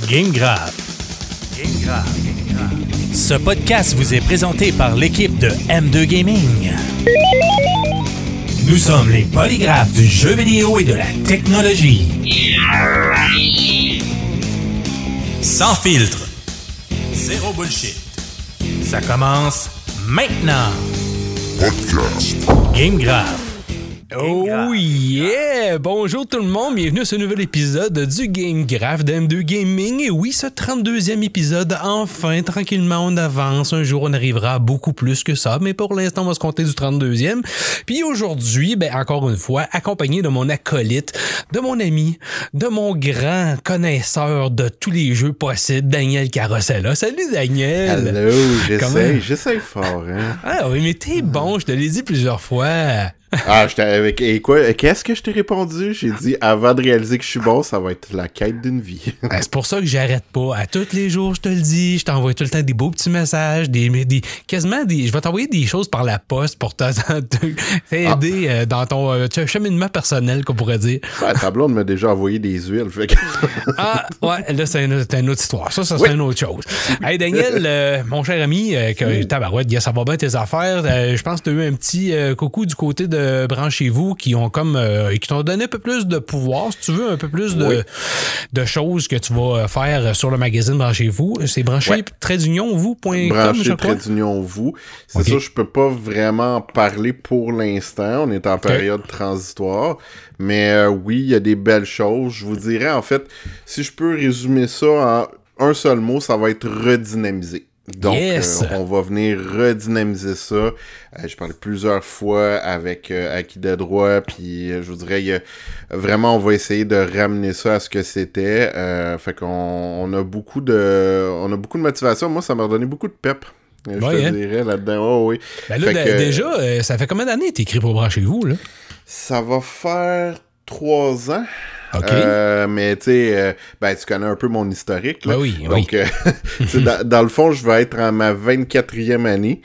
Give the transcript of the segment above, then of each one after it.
Game Graph. Ce podcast vous est présenté par l'équipe de M2 Gaming. Nous sommes les polygraphes du jeu vidéo et de la technologie. Sans filtre. Zéro bullshit. Ça commence maintenant. Podcast. Game Graph. Oh yeah! Bonjour tout le monde, bienvenue à ce nouvel épisode du Game Graph d'M2 Gaming. Et oui, ce 32e épisode, enfin, tranquillement, on avance. Un jour, on arrivera à beaucoup plus que ça, mais pour l'instant, on va se compter du 32e. Puis aujourd'hui, encore une fois, accompagné de mon acolyte, de mon ami, de mon grand connaisseur de tous les jeux possibles, Daniel Carosella. Salut Daniel! Allô, j'essaie fort, hein? Ah oui, mais t'es bon, je te l'ai dit plusieurs fois. Ah, j'étais avec... Et quoi? Qu'est-ce que je t'ai répondu? J'ai dit, avant de réaliser que je suis bon, ça va être la quête d'une vie. C'est pour ça que j'arrête pas. À tous les jours, je te le dis, je t'envoie tout le temps des beaux petits messages, quasiment des... Je vais t'envoyer des choses par la poste pour t'aider dans ton cheminement personnel, qu'on pourrait dire. Ta blonde m'a déjà envoyé des huiles, fait que... Ah, ouais, là, c'est une autre histoire. Ça serait une autre chose. Hey, Daniel, mon cher ami, tabarouette, ça va bien tes affaires. Je pense que tu as eu un petit coucou du côté de Branchez-vous qui ont qui t'ont donné un peu plus de pouvoir, si tu veux, un peu plus de choses que tu vas faire sur le magazine Branchez-vous. C'est branché-vous.com, Branché-vous. C'est ça, je peux pas vraiment parler pour l'instant. On est en période transitoire. Mais oui, il y a des belles choses. Je vous dirais, en fait, si je peux résumer ça en un seul mot, ça va être redynamiser. Donc, on va venir redynamiser ça. J'ai parlé plusieurs fois avec Acquis de droit, puis je vous dirais, vraiment, on va essayer de ramener ça à ce que c'était. Fait qu'on a beaucoup de motivation. Moi, ça m'a redonné beaucoup de pep. Je te dirais là-dedans. Oh, oui. Ben là, déjà, ça fait combien d'années que t'es écrit pour Branchez-vous, là? Ça va faire 3 ans. Okay. Mais tu sais, tu connais un peu mon historique. Là. Ben oui. Donc, dans le fond, je vais être en ma 24e année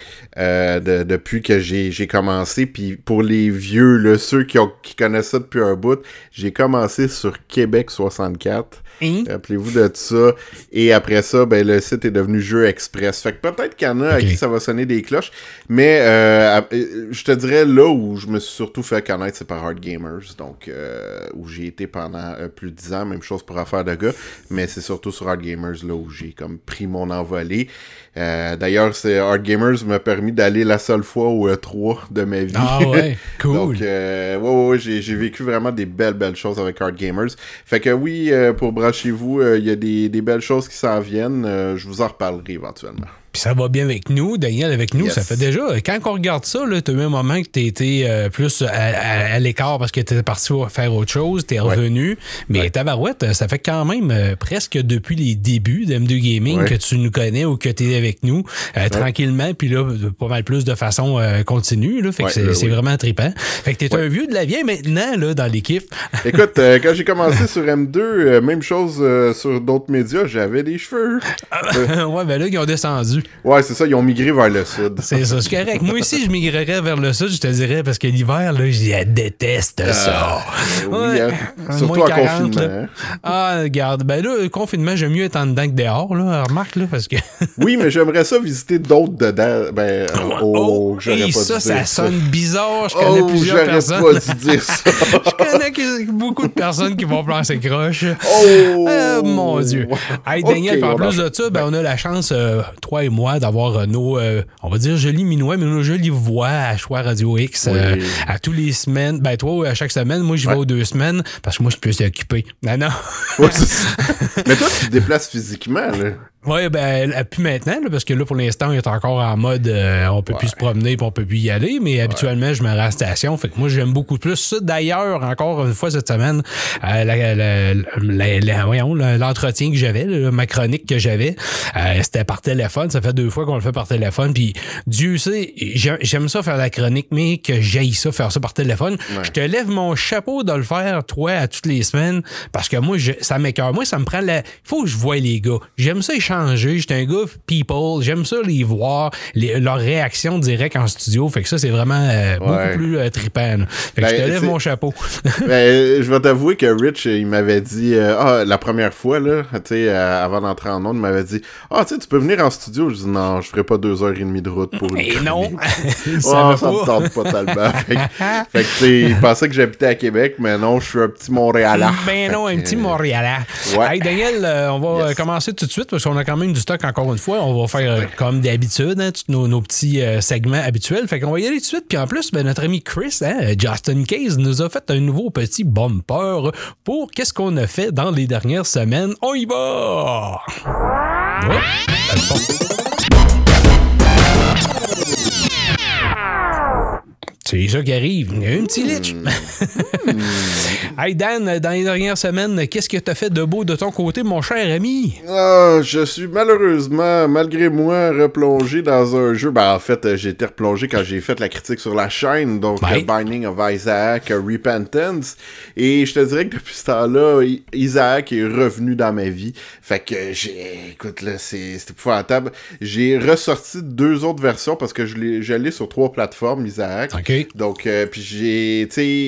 depuis que j'ai commencé. Puis pour les vieux, là, ceux qui connaissent ça depuis un bout, j'ai commencé sur Québec 64. Rappelez-vous de ça. Et après ça, le site est devenu Jeux Express. Fait que peut-être qu'il y en a à qui ça va sonner des cloches. Mais je te dirais, là où je me suis surtout fait connaître, c'est par Hard Gamers. Donc, où j'ai été pendant plus de 10 ans. Même chose pour Affaires de gars. Mais c'est surtout sur Hard Gamers là où j'ai comme pris mon envolée. D'ailleurs, Hard Gamers m'a permis d'aller la seule fois au E3 de ma vie. Ah ouais, cool. Donc, j'ai vécu vraiment des belles choses avec Hard Gamers. Fait que oui, pour Branchez-vous, il y a des belles choses qui s'en viennent. Je vous en reparlerai éventuellement. Puis ça va bien avec nous, Daniel, avec nous. Yes. Ça fait déjà, quand on regarde ça, tu as eu un moment que tu étais plus à l'écart parce que tu étais parti faire autre chose, tu es revenu. Mais tabarouette, ça fait quand même presque depuis les débuts d'M2 Gaming que tu nous connais ou que tu es avec nous tranquillement. Puis là, pas mal plus de façon continue. Là, fait que c'est vraiment trippant. Fait que tu es un vieux de la vieille maintenant là, dans l'équipe. Écoute, quand j'ai commencé sur M2, même chose sur d'autres médias, j'avais des cheveux. Là, ils ont descendu. Ouais, c'est ça, ils ont migré vers le sud. C'est ça, c'est correct. Moi aussi, je migrerais vers le sud, je te dirais, parce que l'hiver, là, je déteste ça. Oui, surtout en confinement. Hein? Ah, regarde, là, le confinement, j'aime mieux être en dedans que dehors, là, remarque, là, parce que... Oui, mais j'aimerais ça visiter d'autres dedans. J'aurais pas dû dire ça sonne bizarre, je connais plusieurs personnes. J'aurais pas dû dire ça. Je connais beaucoup de personnes qui vont plancer croche. Mon Dieu. Hey, Daniel, en plus de ça, on a la chance, toi et moi, d'avoir nos, on va dire jolis minouets, mais nos jolies voix à Choix Radio X à tous les semaines. Toi, à chaque semaine, moi, j'y vais aux 2 semaines parce que moi, je peux s'occuper. Non. Ouais, c'est ça. Mais toi, tu te déplaces physiquement, là. Oui, plus maintenant, là, parce que là, pour l'instant, on est encore en mode on peut plus se promener puis on peut plus y aller, mais habituellement, je me rends à la station. Fait que moi, j'aime beaucoup plus ça. D'ailleurs, encore une fois cette semaine, l'entretien que j'avais, ma chronique que j'avais, c'était par téléphone. Ça fait 2 fois qu'on le fait par téléphone. Puis Dieu sait, j'aime ça faire la chronique, mais que j'aille ça, faire ça par téléphone. Je te lève mon chapeau de le faire, toi, à toutes les semaines, parce que moi, ça m'écoeure. Moi, ça me prend il faut que je voie les gars. J'aime ça échanger changé. J'étais un gars people. J'aime ça les voir, leurs réactions directes en studio. Fait que ça, c'est vraiment beaucoup plus trippant. Fait que je te lève mon chapeau. Je vais t'avouer que Rich, il m'avait dit, la première fois, là, avant d'entrer en onde, il m'avait dit, tu peux venir en studio. Je dis, non, je ferai pas 2h30 de route pour Et non! Ça me tente pas tellement. Fait que, il pensait que j'habitais à Québec, mais non, je suis un petit Montréalais. Ben non, un petit Montréalais. Ouais. Hey, Daniel, on va commencer tout de suite parce qu'on a quand même du stock encore une fois. On va faire comme d'habitude, tous nos petits segments habituels. Fait qu'on va y aller tout de suite. Puis en plus, notre ami Chris, Justin Case, nous a fait un nouveau petit bumper pour qu'est-ce qu'on a fait dans les dernières semaines. On y va! Ouais. C'est ça qui arrive. Il y a un petit glitch. Hey Dan, dans les dernières semaines, qu'est-ce que t'as fait de beau de ton côté, mon cher ami? Je suis malheureusement, malgré moi, replongé dans un jeu. En fait, j'ai été replongé quand j'ai fait la critique sur la chaîne, donc Binding of Isaac, Repentance. Et je te dirais que depuis ce temps-là, Isaac est revenu dans ma vie. Fait que écoute, là, c'est épouvantable. J'ai ressorti 2 autres versions parce que j'allais sur 3 plateformes, Isaac. OK. Donc, puis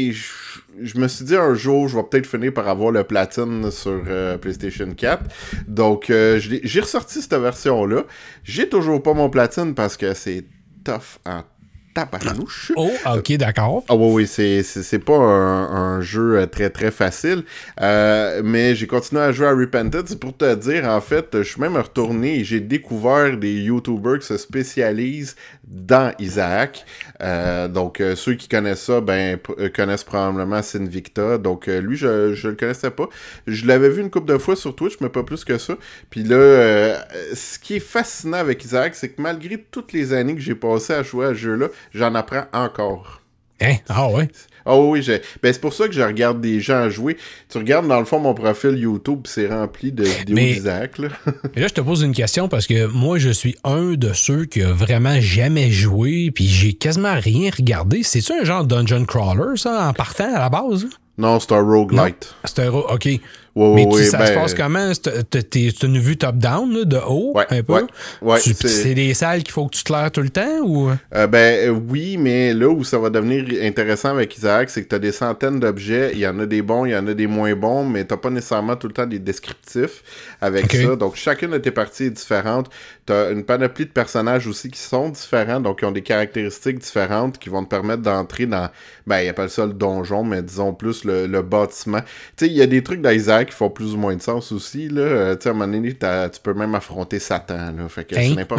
je me suis dit un jour, je vais peut-être finir par avoir le platine sur PlayStation 4. Donc, j'ai ressorti cette version-là. J'ai toujours pas mon platine parce que c'est tough en tabarnouche. Oh, ok, d'accord. Oui, c'est pas un jeu très très facile. Mais j'ai continué à jouer à Repentance. Pour te dire, en fait, je suis même retourné et j'ai découvert des YouTubers qui se spécialisent dans Isaac. Donc, ceux qui connaissent ça, connaissent probablement Sinvicta. Donc, lui, je le connaissais pas. Je l'avais vu une couple de fois sur Twitch, mais pas plus que ça. Puis là, ce qui est fascinant avec Isaac, c'est que malgré toutes les années que j'ai passées à jouer à ce jeu-là, j'en apprends encore. Hein? Ah ouais? Oui, c'est pour ça que je regarde des gens jouer. Tu regardes dans le fond mon profil YouTube, c'est rempli de vidéos d'Isaac. Là. Mais là, je te pose une question parce que moi, je suis un de ceux qui a vraiment jamais joué puis j'ai quasiment rien regardé. C'est-tu un genre dungeon crawler, ça, en partant à la base? Non, c'est un roguelite. C'est un OK. Ouais, mais ça se passe comment? C'est une vue top-down, là, de haut, un peu? Ouais, c'est des salles qu'il faut que tu te claires tout le temps? Ou? Oui, mais là où ça va devenir intéressant avec Isaac, c'est que tu as des centaines d'objets. Il y en a des bons, il y en a des moins bons, mais tu n'as pas nécessairement tout le temps des descriptifs avec ça. Donc, chacune de tes parties est différente. Tu as une panoplie de personnages aussi qui sont différents, donc qui ont des caractéristiques différentes qui vont te permettre d'entrer dans, ils appellent ça le donjon, mais disons plus le bâtiment. Tu sais, il y a des trucs d'Isaac qui font plus ou moins de sens aussi, là. Tu sais, à un moment donné, tu peux même affronter Satan, là. Fait que c'est n'importe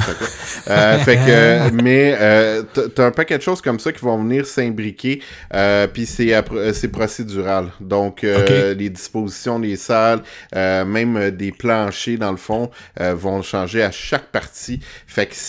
quoi. Mais t'as un paquet de choses comme ça qui vont venir s'imbriquer, puis c'est procédural. Donc, les dispositions des salles, même des planchers, dans le fond, vont changer à chaque partie. Fait que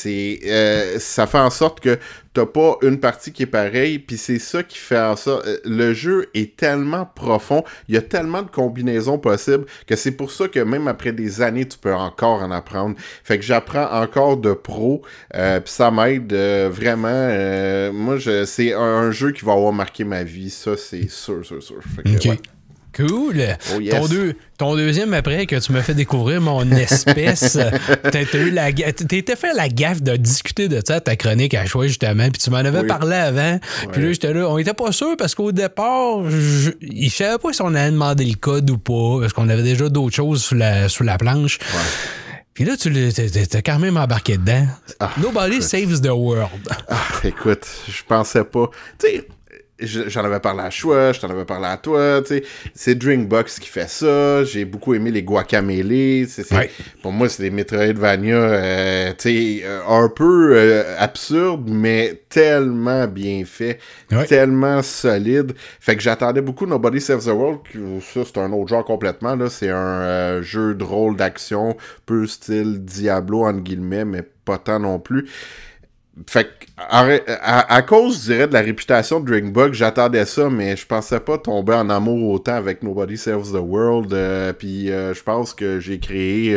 ça fait en sorte que t'as pas une partie qui est pareille, puis c'est ça qui fait en sorte... le jeu est tellement profond, il y a tellement de combinaisons possibles, que c'est pour ça que même après des années, tu peux encore en apprendre. Fait que j'apprends encore de pro, puis ça m'aide vraiment. Moi, c'est un jeu qui va avoir marqué ma vie, ça, c'est sûr. Fait que, ouais. Cool. Oh yes. Ton deuxième après que tu m'as fait découvrir mon espèce, t'étais fait la gaffe de discuter de ça à ta chronique à choix justement, puis tu m'en avais parlé avant. Puis là, j'étais là, on était pas sûr parce qu'au départ, je savais pas si on allait demander le code ou pas, parce qu'on avait déjà d'autres choses sous la planche. Ouais. Puis là, t'as quand même embarqué dedans. Nobody saves the world. Écoute, je pensais pas. Tu sais, j'en avais parlé à Choix, je t'en avais parlé à toi, tu sais. C'est Drinkbox qui fait ça. J'ai beaucoup aimé les Guacamelee. Pour moi, c'est des Metroidvania, tu sais, un peu absurdes, mais tellement bien fait, tellement solide. Fait que j'attendais beaucoup Nobody Saves the World. Ça, c'est un autre genre complètement, là. C'est un jeu de rôle d'action, peu style Diablo, entre guillemets, mais pas tant non plus. Fait que À cause, je dirais, de la réputation de Drinkbug, j'attendais ça, mais je pensais pas tomber en amour autant avec Nobody Saves the World. Puis je pense que j'ai créé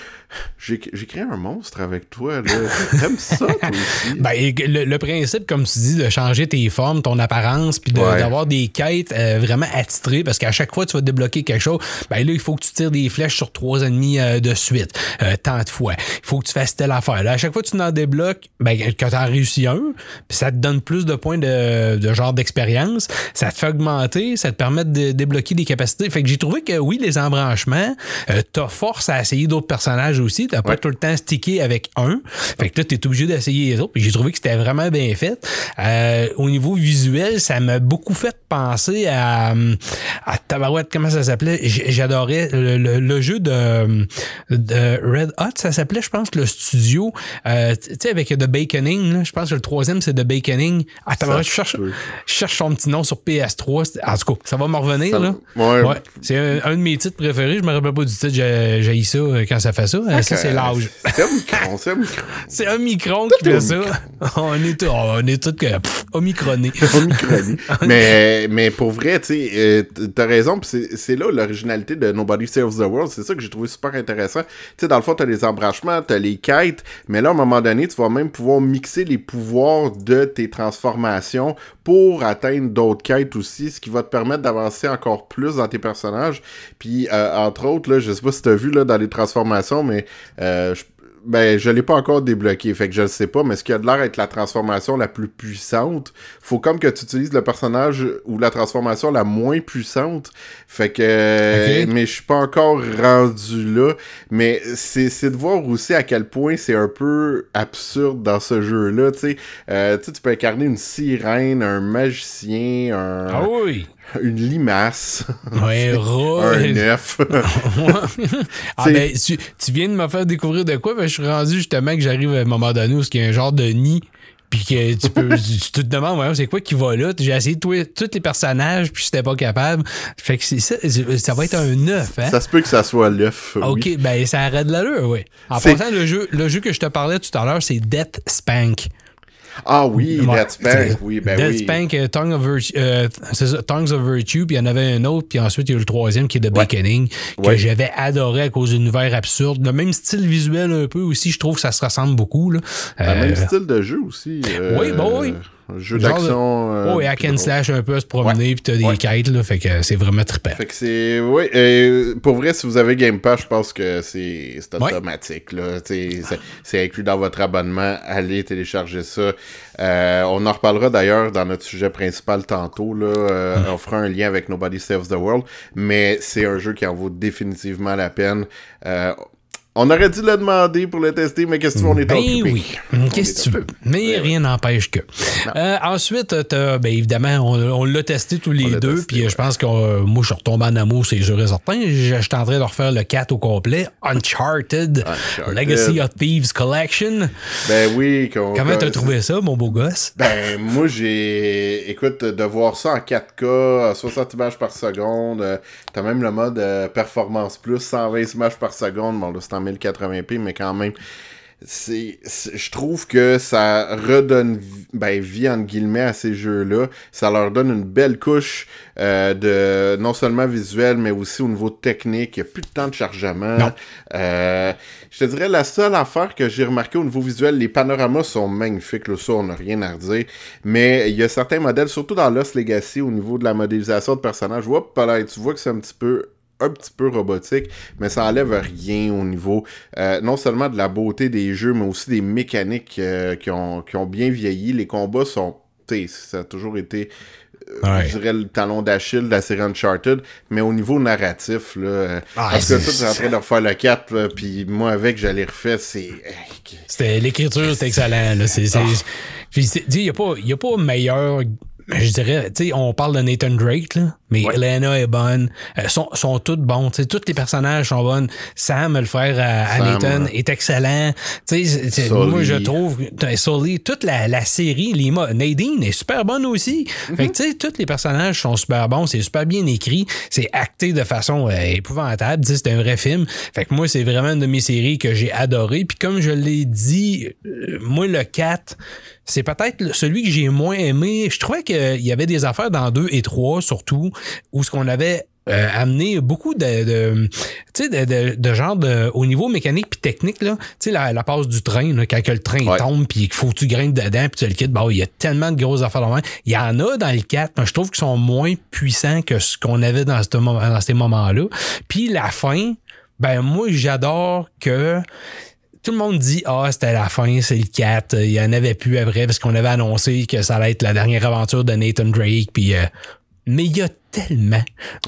un monstre avec toi, là. T'aimes ça, toi aussi? Ben, le principe, comme tu dis, de changer tes formes, ton apparence, puis d'avoir des quêtes vraiment attitrées, parce qu'à chaque fois que tu vas débloquer quelque chose, ben là, il faut que tu tires des flèches sur 3 ennemis de suite, tant de fois. Il faut que tu fasses telle affaire. Là, à chaque fois que tu en débloques, ben, quand tu en réussis un, puis ça te donne plus de points de genre d'expérience, ça te fait augmenter, ça te permet de débloquer des capacités. Fait que j'ai trouvé que oui, les embranchements, t'as force à essayer d'autres personnages aussi. T'as pas tout le temps stické avec un. Fait que là, t'es obligé d'essayer les autres. Puis j'ai trouvé que c'était vraiment bien fait. Au niveau visuel, ça m'a beaucoup fait penser à Tabarouette, comment ça s'appelait? J'adorais le jeu de Red Hot, ça s'appelait, je pense, le studio. Tu sais, avec The Baconing, là, je pense que le 3e, c'est The Baconing. Ah, Tabarouette, je cherche son petit nom sur PS3. En tout cas, ça va me revenir, là. Ouais. C'est un de mes titres préférés. Je me rappelle pas du titre. J'ai ça quand ça fait ça. Okay. Ça, c'est l'âge. C'est c'est Omicron qui fait ça. On est tous omicronés. mais pour vrai, tu sais, t'as raison, pis c'est là l'originalité de Nobody Saves the World. C'est ça que j'ai trouvé super intéressant. Tu sais, dans le fond, t'as les embranchements, t'as les quêtes, mais là, à un moment donné, tu vas même pouvoir mixer les pouvoirs de tes transformations pour atteindre d'autres quêtes aussi, ce qui va te permettre d'avancer encore plus dans tes personnages. Puis, entre autres, là, je sais pas si t'as vu là dans les transformations, mais je l'ai pas encore débloqué, fait que je le sais pas, mais ce qui a de l'air d'être la transformation la plus puissante, faut comme que tu utilises le personnage ou la transformation la moins puissante, fait que mais je suis pas encore rendu là, mais c'est de voir aussi à quel point c'est un peu absurde dans ce jeu-là, tu sais, tu peux incarner une sirène, un magicien, une limace, un œuf. Ben, tu viens de me faire découvrir de quoi? Ben, je suis rendu justement que j'arrive à un moment donné où il y a un genre de nid, puis que tu te demandes, ouais, c'est quoi qui va là? J'ai essayé de tous les personnages, puis j'étais pas capable. Fait que ça va être un œuf, hein? Ça se peut que ça soit l'œuf. OK, oui. Ben ça arrête de l'allure, oui. En passant, le jeu que je te parlais tout à l'heure, c'est Death Spank. Ah oui, Death Spank, oui, ben Death oui. Spank, Tongues of Virtue, puis il y en avait un autre, puis ensuite il y a eu le 3e qui est The Baconing, que j'avais adoré à cause de l'univers absurde. Le même style visuel un peu aussi, je trouve que ça se ressemble beaucoup. Là. Le même style de jeu aussi. Oui, oui. Jeu d'action. Oui, hack and slash un peu à se promener, puis t'as des quêtes, là, fait que c'est vraiment trippant. Fait que c'est. Oui, pour vrai, si vous avez Game Pass, je pense que c'est automatique, là. C'est inclus dans votre abonnement. Allez télécharger ça. On en reparlera d'ailleurs dans notre sujet principal tantôt, là. On fera un lien avec Nobody Saves the World, mais c'est un jeu qui en vaut définitivement la peine. On aurait dû le demander pour le tester, mais qu'est-ce que tu veux, on est occupé. Oui, qu'est-ce que tu veux. Mais rien n'empêche que. Ensuite, évidemment, on l'a testé tous les deux, puis je pense que moi, je suis retombé en amour, c'est sûr et certain. Je suis en train de refaire le 4 au complet. Uncharted. Legacy of Thieves Collection. Ben oui. Comment t'as trouvé ça, mon beau gosse? Ben, moi, écoute, de voir ça en 4K, 60 images par seconde, t'as même le mode Performance Plus, 120 images par seconde, bon là, c'est en 1080p, mais quand même, je trouve que ça redonne vie entre guillemets à ces jeux-là. Ça leur donne une belle couche de non seulement visuel, mais aussi au niveau technique. Il n'y a plus de temps de chargement. Je te dirais, la seule affaire que j'ai remarqué au niveau visuel, les panoramas sont magnifiques, là, ça on n'a rien à redire, mais il y a certains modèles, surtout dans Lost Legacy, au niveau de la modélisation de personnages, tu vois que c'est un petit peu robotique, mais ça enlève rien au niveau non seulement de la beauté des jeux, mais aussi des mécaniques qui ont bien vieilli. Les combats sont, ça a toujours été, je dirais, le talon d'Achille de la série Uncharted, mais au niveau narratif, là, parce que tu es en train de refaire le 4, puis moi avec, j'allais refaire, l'écriture, c'est excellent, là, il n'y a pas meilleur je dirais, tu sais, on parle de Nathan Drake, là, mais Elena est bonne. Sont toutes bons. Tu sais, tous les personnages sont bons. Sam, le frère à Nathan, est excellent. Tu sais, moi, je trouve, Sully, toute la série, Nadine est super bonne aussi. Fait que, tu sais, tous les personnages sont super bons. C'est super bien écrit. C'est acté de façon épouvantable. Tu sais, c'est un vrai film. Fait que moi, c'est vraiment une de mes séries que j'ai adoré. Puis comme je l'ai dit, moi, le 4, c'est peut-être celui que j'ai moins aimé. Je trouvais qu'il y avait des affaires dans 2 et 3, surtout, où ce qu'on avait amené beaucoup de genre au niveau mécanique puis technique, là, tu sais, la passe du train, là, quand le train tombe puis qu'il faut que tu grimpes dedans puis tu le quittes, il y a tellement de grosses affaires dans le il y en a dans le 4, mais je trouve qu'ils sont moins puissants que ce qu'on avait dans ces moments-là. Puis la fin, moi, j'adore que tout le monde dit c'était la fin, c'est le 4, il y en avait plus après parce qu'on avait annoncé que ça allait être la dernière aventure de Nathan Drake, puis mais il y a tellement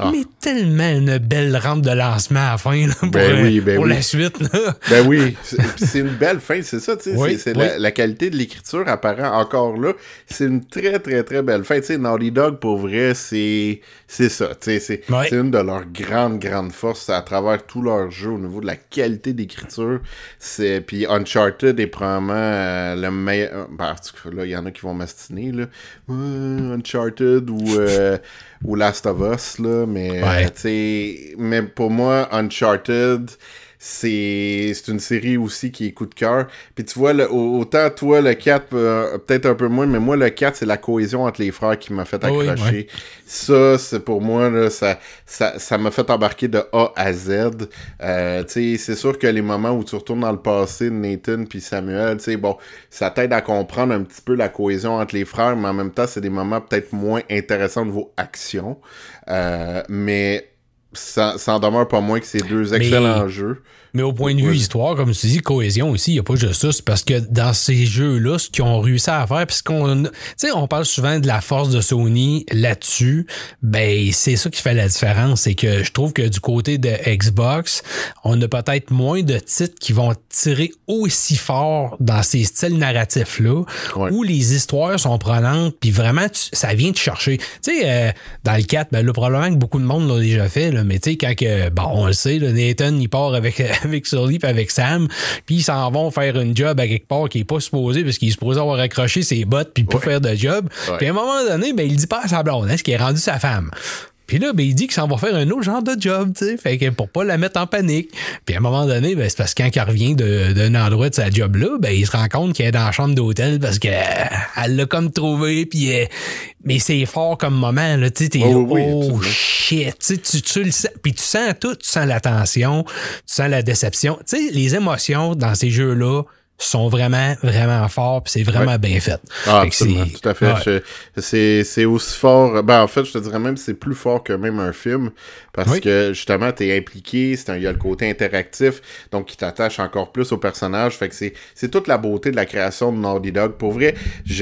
une belle rampe de lancement à la fin là, pour la suite. Là. C'est une belle fin, c'est ça, tu sais, la qualité de l'écriture apparaît encore là. C'est une très, très, très belle fin. Tu sais, Naughty Dog, pour vrai, c'est ça, tu sais, c'est une de leurs grandes forces à travers tout leur jeu au niveau de la qualité d'écriture. Puis Uncharted est probablement le meilleur. En tout cas, là, il y en a qui vont m'astiner, là. Uncharted ou Last of Us, là, mais mais pour moi, Uncharted, c'est une série aussi qui est coup de cœur. Puis tu vois, autant toi, le 4, peut-être un peu moins, mais moi, le 4, c'est la cohésion entre les frères qui m'a fait accrocher. Ça, c'est pour moi, là, ça m'a fait embarquer de A à Z. Tu sais, c'est sûr que les moments où tu retournes dans le passé de Nathan puis Samuel, tu sais, ça t'aide à comprendre un petit peu la cohésion entre les frères, mais en même temps, c'est des moments peut-être moins intéressants au niveau action. Mais ça en demeure pas moins que c'est deux excellents jeux. Mais au point de vue histoire, comme tu dis, cohésion aussi, il n'y a pas juste ça. C'est parce que dans ces jeux-là, ce qu'ils ont réussi à faire, puisqu'on, tu sais, on parle souvent de la force de Sony là-dessus, c'est ça qui fait la différence. C'est que je trouve que du côté de Xbox, on a peut-être moins de titres qui vont tirer aussi fort dans ces styles narratifs-là, où les histoires sont prenantes, puis vraiment, ça vient te chercher. Tu sais, dans le 4, là, probablement que beaucoup de monde l'ont déjà fait, là, mais tu sais, quand on le sait, là, Nathan, il part avec Sully et avec Sam, puis ils s'en vont faire une job à quelque part qui est pas supposé parce qu'il est supposé avoir accroché ses bottes puis pas faire de job. Puis à un moment donné, il dit pas à sa blonde, ce qui est rendu sa femme. Puis là, il dit qu'il s'en va faire un autre genre de job, tu sais, fait que pour pas la mettre en panique. Puis à un moment donné, c'est parce que quand il revient d'un endroit de sa job-là, il se rend compte qu'elle est dans la chambre d'hôtel parce que elle l'a comme trouvé, puis mais c'est fort comme moment, là, tu sais, shit, tu le sens, puis tu sens tout, tu sens la tension, tu sens la déception, tu sais, les émotions dans ces jeux-là sont vraiment, vraiment forts, puis c'est vraiment bien fait. Absolument, tout à fait. C'est aussi fort, en fait, je te dirais même que c'est plus fort que même un film, parce que, justement, t'es impliqué, il y a le côté interactif, donc qui t'attache encore plus au personnage, fait que c'est toute la beauté de la création de Naughty Dog. Pour vrai,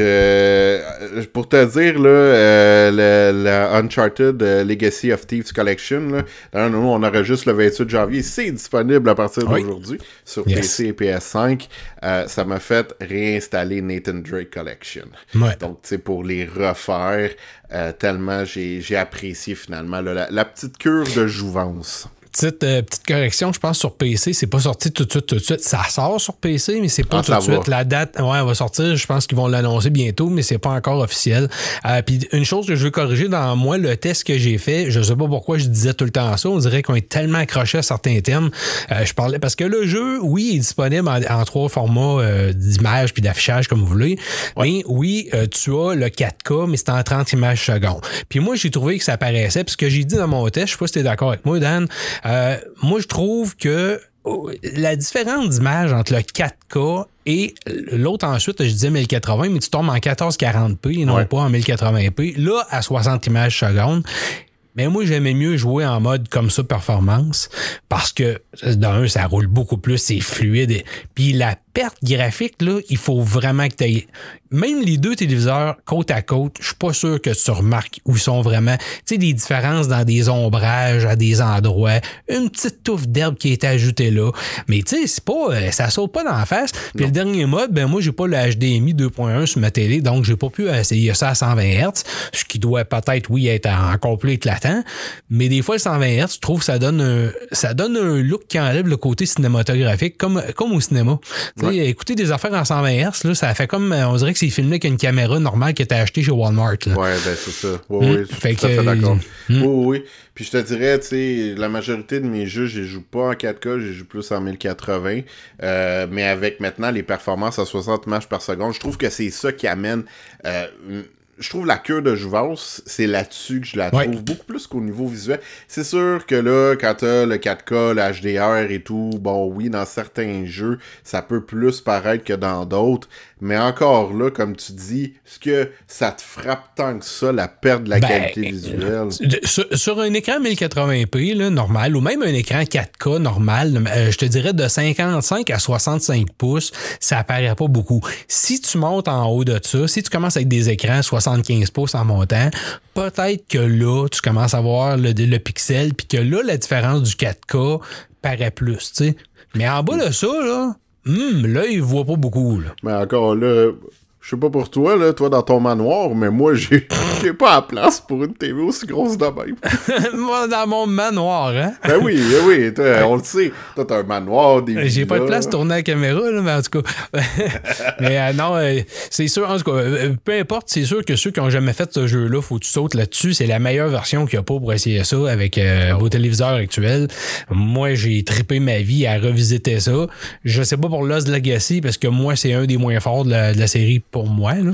pour te dire, là, la Uncharted Legacy of Thieves Collection, là, nous, on enregistre le 28 janvier, c'est disponible à partir d'aujourd'hui, sur PC et PS5. Ça m'a fait réinstaller Nathan Drake Collection. Donc, tu sais, pour les refaire, tellement j'ai apprécié finalement la petite cure de jouvence. Petite correction, je pense sur PC, c'est pas sorti tout de suite. Ça sort sur PC, mais c'est pas tout de suite. La date, elle va sortir, je pense qu'ils vont l'annoncer bientôt, mais c'est pas encore officiel. Puis une chose que je veux corriger dans moi, le test que j'ai fait, je sais pas pourquoi je disais tout le temps ça, on dirait qu'on est tellement accroché à certains thèmes. Je parlais parce que le jeu, oui, est disponible en 3 formats d'images puis d'affichage comme vous voulez. Mais oui, tu as le 4K, mais c'est en 30 images secondes. Puis moi, j'ai trouvé que ça paraissait, puis ce que j'ai dit dans mon test, je sais pas si t'es d'accord avec moi, Dan. Moi, je trouve que la différence d'image entre le 4K et l'autre ensuite, je disais 1080, mais tu tombes en 1440p et non pas en 1080p. Là, à 60 images secondes. Mais moi, j'aimais mieux jouer en mode comme ça, performance, parce que, d'un, ça roule beaucoup plus, c'est fluide. Puis perte graphique, là, il faut vraiment que tu aies... Même les deux téléviseurs côte à côte, je suis pas sûr que tu remarques où ils sont vraiment... Tu sais, des différences dans des ombrages à des endroits, une petite touffe d'herbe qui a été ajoutée là. Mais tu sais, c'est pas... ça saute pas dans la face. Puis le dernier mode, ben moi, j'ai pas le HDMI 2.1 sur ma télé, donc j'ai pas pu essayer ça à 120 Hz, ce qui doit peut-être, oui, être encore plus éclatant. Mais des fois, le 120 Hz, je trouve que ça donne un look qui enlève le côté cinématographique, comme au cinéma. Ouais. Écouter des affaires en 120 Hz, là, ça fait comme... On dirait que c'est filmé avec une caméra normale que tu as achetée chez Walmart. Là. Ouais, ben c'est ça. Oui, je suis tout à fait d'accord. Oui. Puis je te dirais, tu sais, la majorité de mes jeux, je les joue pas en 4K, je les joue plus en 1080. Mais avec maintenant les performances à 60 images par seconde, je trouve que c'est ça qui amène... je trouve la cure de jouvence, c'est là-dessus que je la trouve beaucoup plus qu'au niveau visuel. C'est sûr que là, quand t'as le 4K, le HDR et tout, bon oui, dans certains jeux, ça peut plus paraître que dans d'autres, mais encore là, comme tu dis, est-ce que ça te frappe tant que ça, la perte de la qualité visuelle? Sur un écran 1080p, là, normal, ou même un écran 4K normal, je te dirais de 55 à 65 pouces, ça apparaît pas beaucoup. Si tu montes en haut de ça, si tu commences avec des écrans 75 pouces en montant, peut-être que là, tu commences à voir le pixel, puis que là, la différence du 4K paraît plus, tu sais. Mais en bas de ça, là, il voit pas beaucoup, là. Mais encore là... Je sais pas pour toi, là, toi dans ton manoir, mais moi, j'ai pas la place pour une TV aussi grosse de même. Moi, dans mon manoir, hein? Ben oui, toi, on le sait. Toi, t'as un manoir, des J'ai pas de place pour tourner la caméra, là, mais en tout cas. Mais non, c'est sûr, en tout cas, peu importe, c'est sûr que ceux qui ont jamais fait ce jeu-là, faut que tu sautes là-dessus. C'est la meilleure version qu'il y a pas pour essayer ça avec vos téléviseurs actuels. Moi, j'ai trippé ma vie à revisiter ça. Je sais pas pour Lost Legacy, parce que moi, c'est un des moins forts de la série pour moi. Là.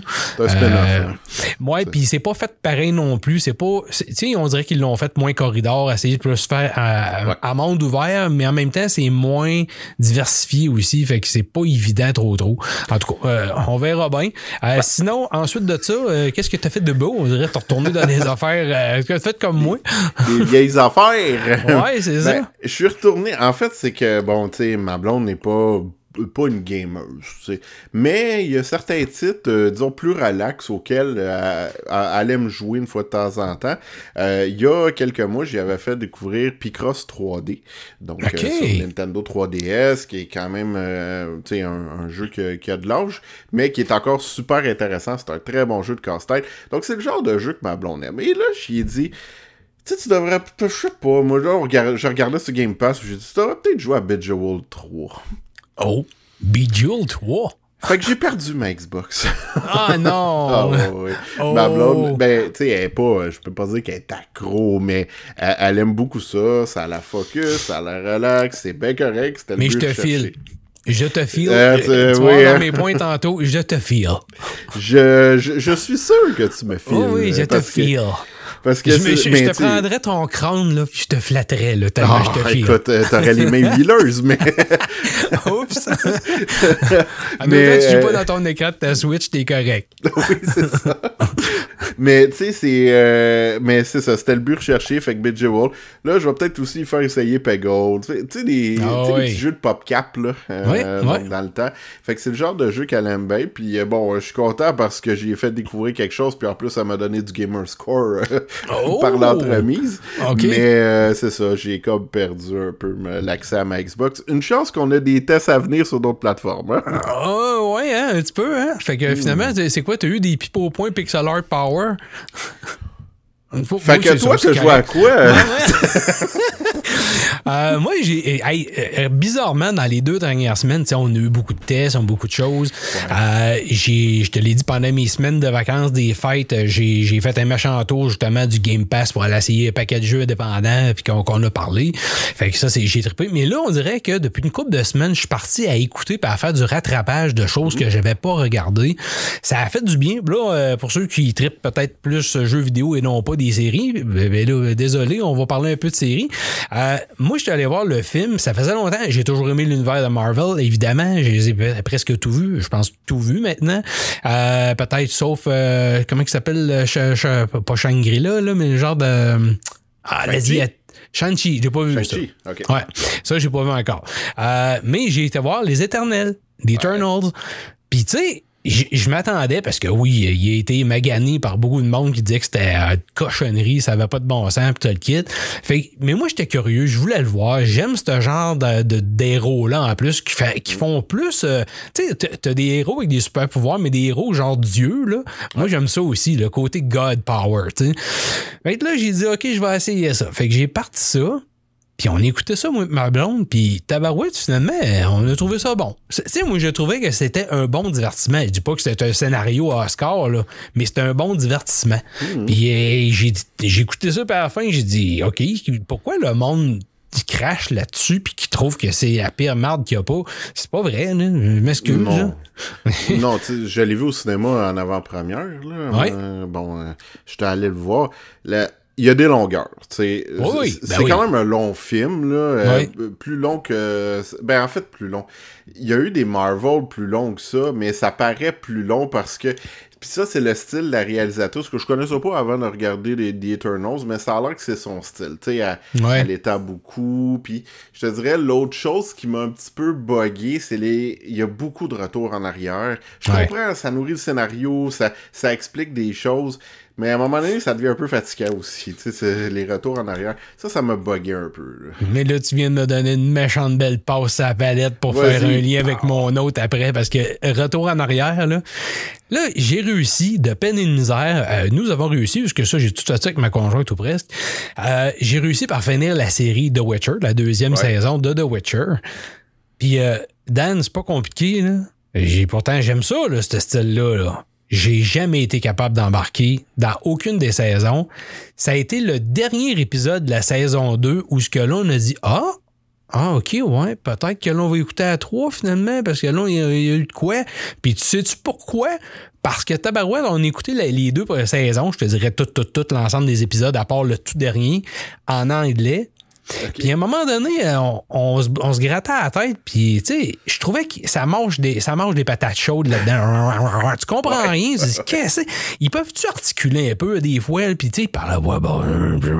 Ouais, puis c'est pas fait pareil non plus. C'est pas. Tu sais, on dirait qu'ils l'ont fait moins corridor, essayer de plus faire à monde ouvert, mais en même temps, c'est moins diversifié aussi. Fait que c'est pas évident trop. En tout cas, on verra bien. Sinon, ensuite de ça, qu'est-ce que t'as fait de beau? On dirait que t'as retourné dans des affaires. Est-ce que t'as fait comme moi? Des vieilles affaires. Ouais, c'est ça. Je suis retourné. En fait, c'est que, bon, tu sais, ma blonde n'est pas une gameuse, tu sais. Mais il y a certains titres, disons, plus relax auxquels elle aime jouer une fois de temps en temps. Il y a quelques mois, j'y avais fait découvrir Picross 3D. Donc, sur Nintendo 3DS, qui est quand même, tu sais, un jeu qui a de l'âge, mais qui est encore super intéressant. C'est un très bon jeu de casse-tête. Donc, c'est le genre de jeu que ma blonde aime. Et là, j'y ai dit... Tu sais, tu devrais... Je sais pas, moi, là, je regardais ce Game Pass, j'ai dit, tu devrais peut-être jouer à Bejeweled 3. Oh, Bejeweled 3? Fait que j'ai perdu ma Xbox. Ah non! Ah ouais. Oh. Ma blonde, ben, tu sais, elle est pas... Je peux pas dire qu'elle est accro, mais elle aime beaucoup ça, ça la focus, ça la relaxe, c'est bien correct. C'était mais je te file. Je te file. Tu vois dans mes points tantôt, je te file. Je suis sûr que tu me files. Oh oui, je te file. Parce que je te prendrais ton crâne, là, puis je te flatterais, là, tellement je te file. Écoute, t'aurais les mains huileuses, mais... Oups! Mais tu joues pas dans ton écran de ta Switch, t'es correct. Oui, c'est ça. Mais, tu sais, c'est ça, c'était le but recherché, fait que Bejeweled. Là, je vais peut-être aussi faire essayer Peggle. Tu sais, des petits jeux de PopCap, là, donc, dans le temps. Fait que c'est le genre de jeu qu'elle aime bien, puis bon, je suis content parce que j'ai fait découvrir quelque chose, puis en plus, ça m'a donné du gamer score par l'entremise. Okay. Mais c'est ça, j'ai comme perdu un peu l'accès à ma Xbox. Une chance qu'on a des tests à venir sur d'autres plateformes. Hein? Ouais, hein, un petit peu. Hein? Fait que finalement, c'est quoi? T'as eu des pipos points Pixel Art Power? Fait que toi, tu joues à quoi? Moi, bizarrement, dans les 2 dernières semaines, on a eu beaucoup de tests, beaucoup de choses. Ouais. Je te l'ai dit, pendant mes semaines de vacances, des fêtes, j'ai fait un méchant tour justement du Game Pass pour aller essayer un paquet de jeux indépendants puis qu'on a parlé. Fait que ça, j'ai trippé. Mais là, on dirait que depuis une couple de semaines, je suis parti à écouter et à faire du rattrapage de choses que j'avais pas regardées. Ça a fait du bien. Là, pour ceux qui trippent peut-être plus jeux vidéo et non pas des séries, ben là, désolé, on va parler un peu de séries. Moi, je suis allé voir le film, ça faisait longtemps, j'ai toujours aimé l'univers de Marvel, évidemment, j'ai presque tout vu, je pense tout vu maintenant, peut-être sauf, comment il s'appelle, pas Shangri-La, là, mais le genre de... Shang-Chi, j'ai pas vu ça. Okay. Ouais, ça, j'ai pas vu encore. Mais j'ai été voir Les Éternels. d'Eternals. Puis tu sais, je m'attendais parce que oui, il a été magané par beaucoup de monde qui disait que c'était cochonnerie, ça avait pas de bon sens, pis tout le kit. Mais moi, j'étais curieux, je voulais le voir. J'aime ce genre d'héros-là en plus qui font plus. Tu sais, t'as des héros avec des super pouvoirs, mais des héros genre Dieu, là. Moi, j'aime ça aussi, le côté God Power, tu sais. Fait que là, j'ai dit, OK, je vais essayer ça. Fait que j'ai parti ça. Puis on écoutait ça, moi, ma blonde, puis tabarouette, finalement, on a trouvé ça bon. Tu sais, moi, je trouvais que c'était un bon divertissement. Je dis pas que c'était un scénario à Oscar, là, mais c'était un bon divertissement. Puis j'ai écouté ça, puis à la fin, j'ai dit, OK, pourquoi le monde qui crache là-dessus puis qui trouve que c'est la pire merde qu'il n'y a pas? C'est pas vrai, là. Je m'excuse. Non, non, tu sais, je l'ai vu au cinéma en avant-première, là. Ouais. J'étais allé le voir. Il y a des longueurs, tu sais. Oui, c'est quand même un long film, là. Plus long que... Ben, en fait, plus long. Il y a eu des Marvel plus longs que ça, mais ça paraît plus long parce que... Puis ça, c'est le style de la réalisatrice que je connaissais pas avant de regarder The Eternals, mais ça a l'air que c'est son style. Tu sais, elle étend beaucoup. Puis je te dirais, l'autre chose qui m'a un petit peu buggé, c'est il y a beaucoup de retours en arrière. Je comprends, ça nourrit le scénario, ça explique des choses. Mais à un moment donné, ça devient un peu fatigant aussi. Tu sais, les retours en arrière. Ça m'a bugué un peu. Là. Mais là, tu viens de me donner une méchante belle passe à la palette pour faire un lien avec mon autre après. Parce que retour en arrière, là j'ai réussi de peine et de misère. Nous avons réussi, parce que ça, j'ai tout fait ça avec ma conjointe ou presque. J'ai réussi par finir la série The Witcher, la deuxième saison de The Witcher. Puis, Dan, c'est pas compliqué, là. Pourtant, j'aime ça, là, ce style-là, là. J'ai jamais été capable d'embarquer dans aucune des saisons. Ça a été le dernier épisode de la saison 2 où ce que là, on a dit « Ah, OK, ouais, peut-être que là, on va écouter à 3 finalement, parce que là, il y a eu de quoi. » Puis tu sais-tu pourquoi? Parce que tabarouette, on a écouté les deux saisons, je te dirais tout l'ensemble des épisodes, à part le tout dernier, en anglais. Okay. Puis à un moment donné, on se grattait à la tête, puis tu sais, je trouvais que ça mange des patates chaudes là-dedans. Tu comprends rien. Qu'est-ce que ils peuvent-tu articuler un peu des fois, puis tu sais, par la voix basse.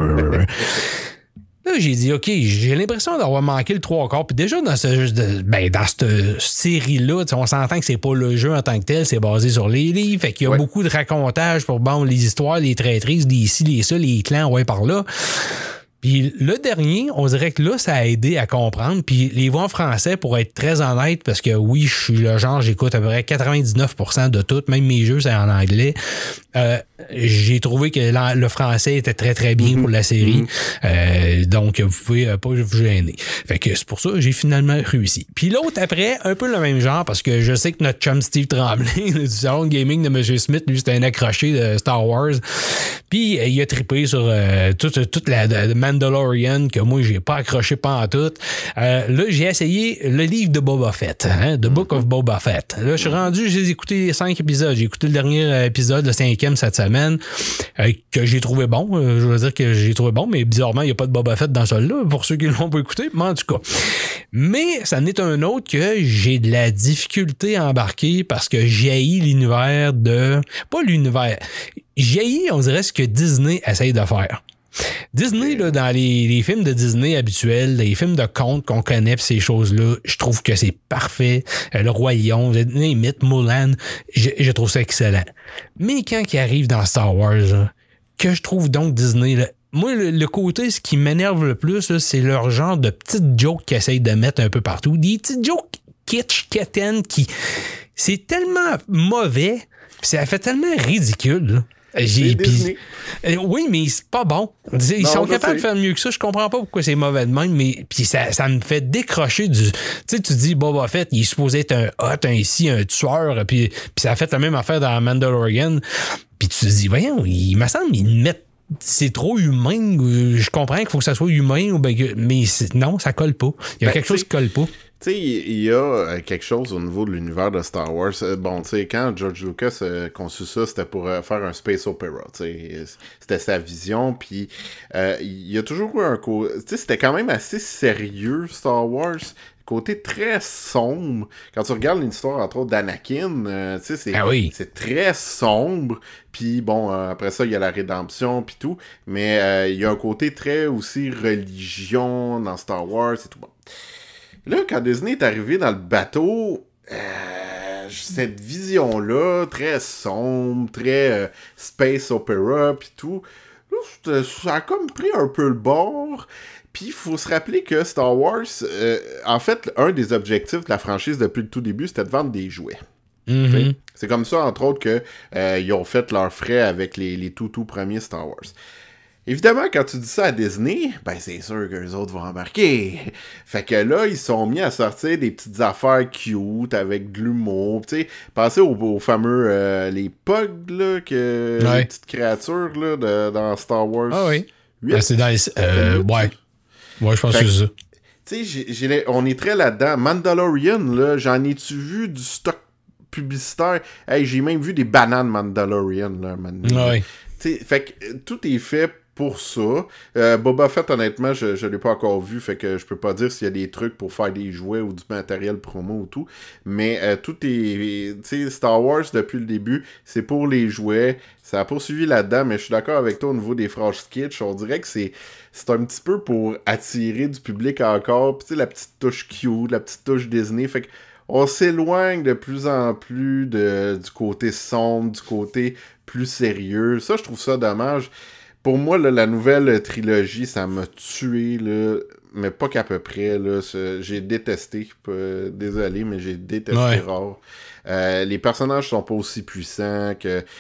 Là, j'ai dit, OK, j'ai l'impression d'avoir manqué le 3/4. Puis déjà, dans cette série-là, on s'entend que c'est pas le jeu en tant que tel, c'est basé sur les livres. Fait qu'il y a beaucoup de racontages pour les histoires, les traîtrises, les ci, les ça, les clans, par là. Puis le dernier, on dirait que là, ça a aidé à comprendre. Puis les voix en français, pour être très honnête, parce que oui, je suis le genre, j'écoute à peu près 99% de tout, même mes jeux, c'est en anglais. J'ai trouvé que le français était très, très bien pour la série. Donc, vous pouvez pas vous gêner. Fait que c'est pour ça que j'ai finalement réussi. Puis l'autre après, un peu le même genre, parce que je sais que notre chum Steve Tremblay, du salon de gaming de M. Smith, lui, c'était un accroché de Star Wars. Puis il a trippé sur toute la Mandalorian, que moi, j'ai pas accroché pas en tout. Là, j'ai essayé le livre de Boba Fett, The Book of Boba Fett. Là, je suis rendu, j'ai écouté 5 épisodes. J'ai écouté le dernier épisode, le 5e cette semaine, que j'ai trouvé bon. Je veux dire que j'ai trouvé bon, mais bizarrement, il n'y a pas de Boba Fett dans celui-là, pour ceux qui l'ont pas écouté, mais en tout cas. Mais ça n'est un autre que j'ai de la difficulté à embarquer parce que j'haïs l'univers de... Pas l'univers. J'haïs, on dirait, ce que Disney essaye de faire. Disney, là, dans les films de Disney habituels, les films de contes qu'on connaît, pis ces choses-là, je trouve que c'est parfait. Le Roi Lion, Mythe, Mulan, je trouve ça excellent. Mais quand il arrive dans Star Wars, là, que je trouve donc Disney, là, moi, le côté, ce qui m'énerve le plus, là, c'est leur genre de petites jokes qu'ils essayent de mettre un peu partout. Des petites jokes kitsch, quétaines, c'est tellement mauvais, ça fait tellement ridicule, là. Oui, mais c'est pas bon. Ils sont capables de faire mieux que ça. Je comprends pas pourquoi c'est mauvais de même, mais puis ça me fait décrocher du... Tu sais, tu dis, Boba Fett, il est supposé être un tueur, puis ça a fait la même affaire dans Mandalorian. Puis tu te dis, voyons, il me semble qu'ils mettent... C'est trop humain. Je comprends qu'il faut que ça soit humain, mais non, ça colle pas. Il y a quelque chose qui colle pas. Tu sais, il y a quelque chose au niveau de l'univers de Star Wars. Bon, tu sais, quand George Lucas a conçu ça, c'était pour faire un space opera. Tu sais, c'était sa vision. Puis, il y a toujours eu un... Tu sais, c'était quand même assez sérieux, Star Wars. Côté très sombre. Quand tu regardes l'histoire, entre autres, d'Anakin, tu sais, c'est très sombre. Puis bon, après ça, il y a la rédemption, puis tout. Mais il y a un côté très aussi religion dans Star Wars et tout. Bon. Là, quand Disney est arrivé dans le bateau, cette vision-là, très sombre, très space opera, puis tout, là, ça a comme pris un peu le bord. Puis il faut se rappeler que Star Wars, en fait, un des objectifs de la franchise depuis le tout début, c'était de vendre des jouets. Mm-hmm. C'est comme ça, entre autres, que ils ont fait leurs frais avec les tout premiers Star Wars. Évidemment, quand tu dis ça à Disney, ben c'est sûr que les autres vont embarquer. Fait que là, ils sont mis à sortir des petites affaires cute avec de l'humour. Tu sais, pensez aux fameux les Pugs, là, les petites créatures là, dans Star Wars. Ah oui. C'est dans les... ouais, je pense que c'est ça. Tu sais, on est très là-dedans. Mandalorian, là, j'en ai-tu vu du stock publicitaire? Hey, j'ai même vu des bananes Mandalorian, là. Ouais. Tu sais, fait que tout est fait pour ça. Boba Fett, honnêtement, je l'ai pas encore vu, fait que je peux pas dire s'il y a des trucs pour faire des jouets ou du matériel promo ou tout. Mais tout est... Tu sais, Star Wars, depuis le début, c'est pour les jouets. Ça a poursuivi là-dedans, mais je suis d'accord avec toi au niveau des phrases sketch. On dirait que c'est un petit peu pour attirer du public encore. Puis tu sais, la petite touche cute, la petite touche Disney. Fait que on s'éloigne de plus en plus du côté sombre, du côté plus sérieux. Ça, je trouve ça dommage. Pour moi, là, la nouvelle trilogie, ça m'a tué, là, mais pas qu'à peu près. Là, j'ai détesté. Désolé, mais j'ai détesté Rare. Les personnages sont pas aussi puissants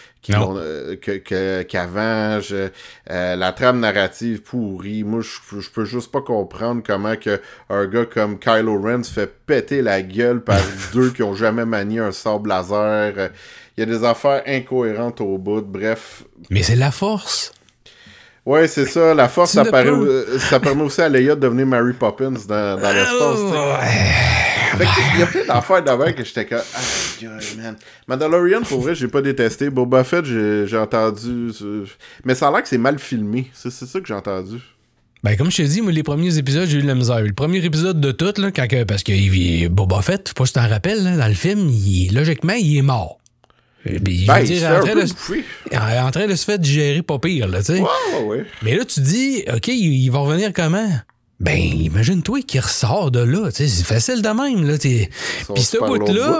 qu'avant. La trame narrative pourrie. Moi, je peux juste pas comprendre comment un gars comme Kylo Ren se fait péter la gueule par deux qui ont jamais manié un sabre laser. Il y a des affaires incohérentes au bout. Bref. Mais c'est la force. Ouais, c'est ça. La force, ça permet aussi à Leia de devenir Mary Poppins dans l'espace. Fait il y a plein d'affaires d'avant que j'étais comme... Ah, man. Mandalorian, pour vrai, j'ai pas détesté. Boba Fett, j'ai entendu... Mais ça a l'air que c'est mal filmé. C'est ça que j'ai entendu. Ben, comme je te dis, moi, les premiers épisodes, j'ai eu de la misère. Le premier épisode de tout, là, parce que Boba Fett, je sais pas si tu t'en rappelles, là, dans le film, logiquement, il est mort. En train de se faire digérer pas pire, là, tu sais. Ouais. Mais là, tu dis, OK, il va revenir comment? Ben, imagine-toi qu'il ressort de là, tu sais, c'est facile de même, là, Puis ce bout-là...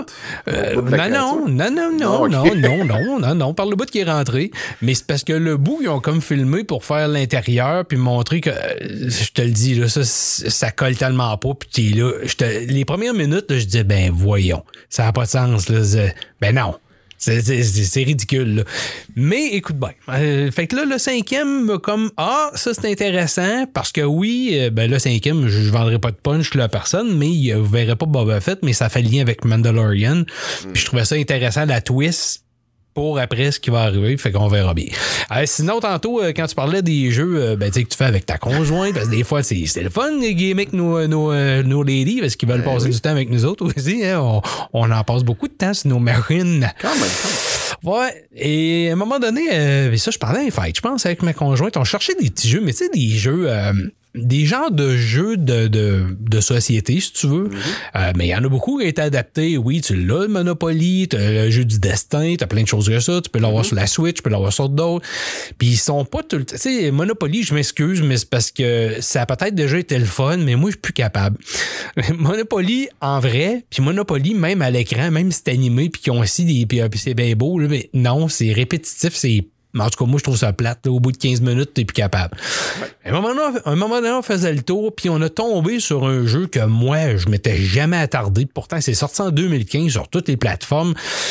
Non, par le bout qui est rentré, mais c'est parce que le bout, ils ont comme filmé pour faire l'intérieur, puis montrer que, je te le dis, là, ça colle tellement pas, puis t'es là, les premières minutes, là, je disais, ben, voyons, ça n'a pas de sens, là, ben non. C'est ridicule, là. Mais écoute bien. Fait que là, le 5e, comme ça c'est intéressant parce que oui, le 5e, je vendrai pas de punch à personne, mais vous verrez pas Boba Fett, mais ça fait lien avec Mandalorian. Puis je trouvais ça intéressant, la twist pour après ce qui va arriver, fait qu'on verra bien. Sinon, tantôt, quand tu parlais des jeux que tu fais avec ta conjointe, parce que des fois, c'est le fun de gamer avec nos ladies, parce qu'ils veulent passer du temps avec nous autres aussi. Hein? On en passe beaucoup de temps sur nos marines. Quand même. Ouais, et à un moment donné, ça, je parlais à fight, je pense, avec ma conjointe, on cherchait des petits jeux, mais tu sais, des jeux... des genres de jeux de société, si tu veux. Mais il y en a beaucoup qui ont été adaptés. Oui, tu l'as, le Monopoly, tu as le jeu du destin, tu as plein de choses comme ça. Tu peux l'avoir sur la Switch, tu peux l'avoir sur d'autres. Puis ils sont pas tout le temps... Tu sais, Monopoly, je m'excuse, mais c'est parce que ça a peut-être déjà été le fun, mais moi, je suis plus capable. Monopoly, en vrai, puis Monopoly, même à l'écran, même si c'est animé, puis qu'ils ont aussi des... Puis c'est bien beau, là, mais non, c'est répétitif, c'est... En tout cas, moi, je trouve ça plate. Là, au bout de 15 minutes, t'es plus capable. Ouais. À un moment donné, on faisait le tour, puis on a tombé sur un jeu que moi, je m'étais jamais attardé. Pourtant, c'est sorti en 2015 sur toutes les plateformes.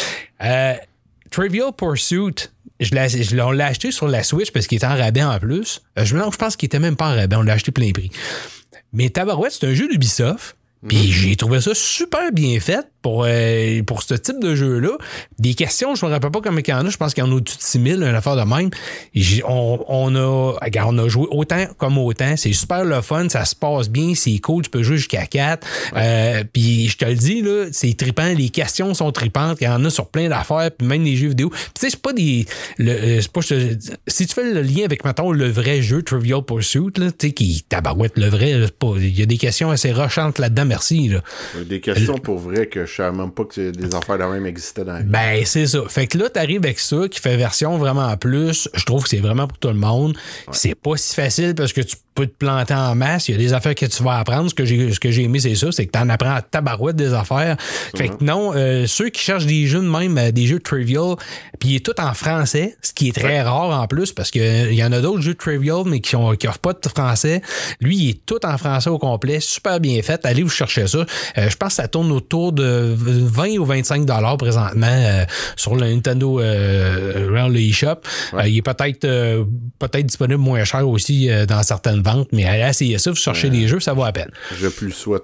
Trivial Pursuit. On l'a acheté sur la Switch parce qu'il était en rabais en plus. Je pense qu'il était même pas en rabais. On l'a acheté plein prix. Mais tabarouette, c'est un jeu d'Ubisoft. Puis j'ai trouvé ça super bien fait pour ce type de jeu-là. Des questions, je me rappelle pas combien il y en a. Je pense qu'il y en a au-dessus de 6000, une affaire de même. On a joué autant comme autant. C'est super le fun, ça se passe bien, c'est cool, tu peux jouer jusqu'à 4. Puis je te le dis, là, c'est trippant. Les questions sont trippantes. Il y en a sur plein d'affaires, puis même les jeux vidéo. Puis tu sais, c'est pas des... si tu fais le lien avec, mettons, le vrai jeu Trivial Pursuit, tu sais, qui tabarouette le vrai, il y a des questions assez rochantes là-dedans, merci. Là. Des questions pour vrai que je savais même pas que des affaires de même existaient dans la vie. Ben, c'est ça. Fait que là, t'arrives avec ça, qui fait version vraiment plus. Je trouve que c'est vraiment pour tout le monde. Ouais. C'est pas si facile parce que tu peux te planter en masse. Il y a des affaires que tu vas apprendre. Ce que j'ai aimé, c'est ça, c'est que tu en apprends à tabarouette des affaires. Fait que non, ceux qui cherchent des jeux de même, des jeux trivial, puis il est tout en français, ce qui est très rare en plus, parce qu'il y en a d'autres jeux trivial, mais qui offrent pas de français. Lui, il est tout en français au complet, super bien fait. Allez vous chercher ça. Je pense que ça tourne autour de 20 ou 25 $ présentement sur le Nintendo le eShop. Il est peut-être disponible moins cher aussi dans certaines ventes, mais allez essayer ça, vous cherchez des jeux, ça vaut la peine. Je plus sois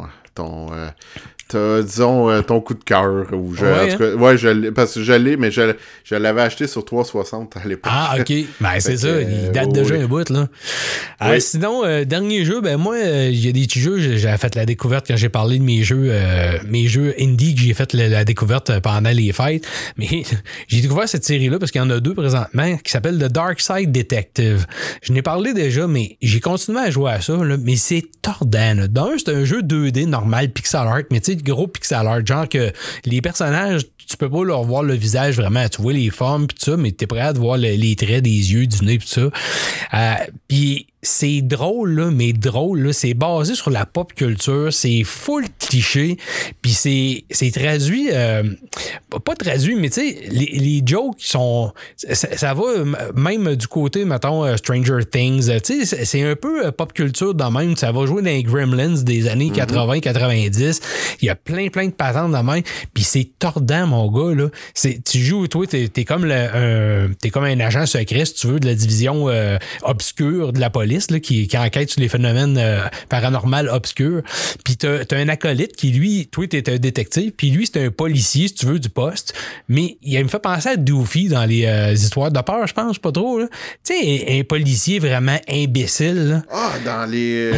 disons ton coup de cœur en tout cas, parce que je l'ai, mais je l'avais acheté sur 360 à l'époque. Ah, ok. Ben, c'est ça, il date déjà un bout, là. Sinon, dernier jeu, ben moi, il y a des petits jeux, j'ai fait la découverte quand j'ai parlé de mes jeux indie, que j'ai fait la découverte pendant les fêtes, mais j'ai découvert cette série-là parce qu'il y en a 2 présentement qui s'appellent The Dark Side Detective. Je n'ai parlé déjà, mais j'ai continué à jouer à ça, là, mais c'est tordant. D'un, c'est un jeu 2D normal, pixel art, mais tu sais, gros pixel art, genre que les personnages, tu peux pas leur voir le visage vraiment, tu vois les formes pis tout ça, mais t'es prêt à voir les traits des yeux, du nez pis tout ça. Puis c'est drôle, là, mais drôle, là, c'est basé sur la pop culture, c'est full cliché, puis c'est traduit, pas traduit, mais tu sais, les jokes sont, ça va même du côté, mettons, Stranger Things, tu sais, c'est un peu pop culture de même, ça va jouer dans les Gremlins des années 80-90, il y a plein de patentes de même, puis c'est tordant, mon gars, là, tu joues, toi, t'es comme t'es comme un agent secret, si tu veux, de la division obscure de la police, là, qui enquête sur les phénomènes paranormaux obscurs. Puis t'as un acolyte qui, lui, toi, t'es un détective, puis lui, c'est un policier, si tu veux, du poste. Mais il me fait penser à Doofy dans les histoires de peur, je pense, pas trop. Tu sais, un policier vraiment imbécile. Là. Ah, dans les...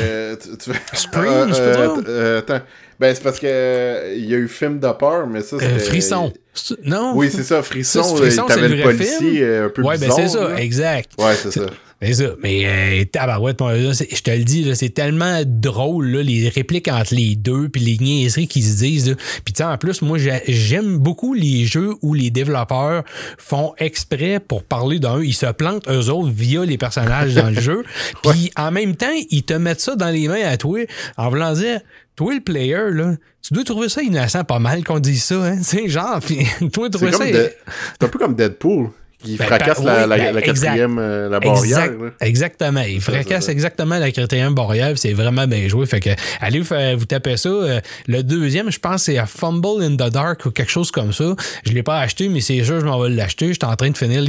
Scream, c'est pas trop? Attends. Ben, c'est parce que il y a eu film de peur, mais ça, c'était... Frisson. Non? Oui, c'est ça, Frisson. T'avais le policier un peu bizarre. Ouais, ben c'est ça, là. Exact. Ouais, c'est ça. C'est ça, mais tabarouette, je te le dis, là, c'est tellement drôle, là, les répliques entre les deux, puis les niaiseries qu'ils se disent. Puis tu sais, en plus, moi, j'aime beaucoup les jeux où les développeurs font exprès pour parler d'un. Ils se plantent eux autres via les personnages dans le jeu. Puis en même temps, ils te mettent ça dans les mains à toi en voulant dire... Toi, le player, là, tu dois trouver ça innocent pas mal qu'on dise ça, hein? Tu sais, genre, pis, toi, trouver ça... C'est un peu comme Deadpool, qui fracasse la quatrième, la barrière. Exactement. Il fracasse exactement la quatrième barrière, c'est vraiment bien joué. Fait que, allez vous taper ça. Le deuxième, je pense, c'est à Fumble in the Dark ou quelque chose comme ça. Je l'ai pas acheté, mais c'est sûr, je m'en vais l'acheter. J'étais en train de finir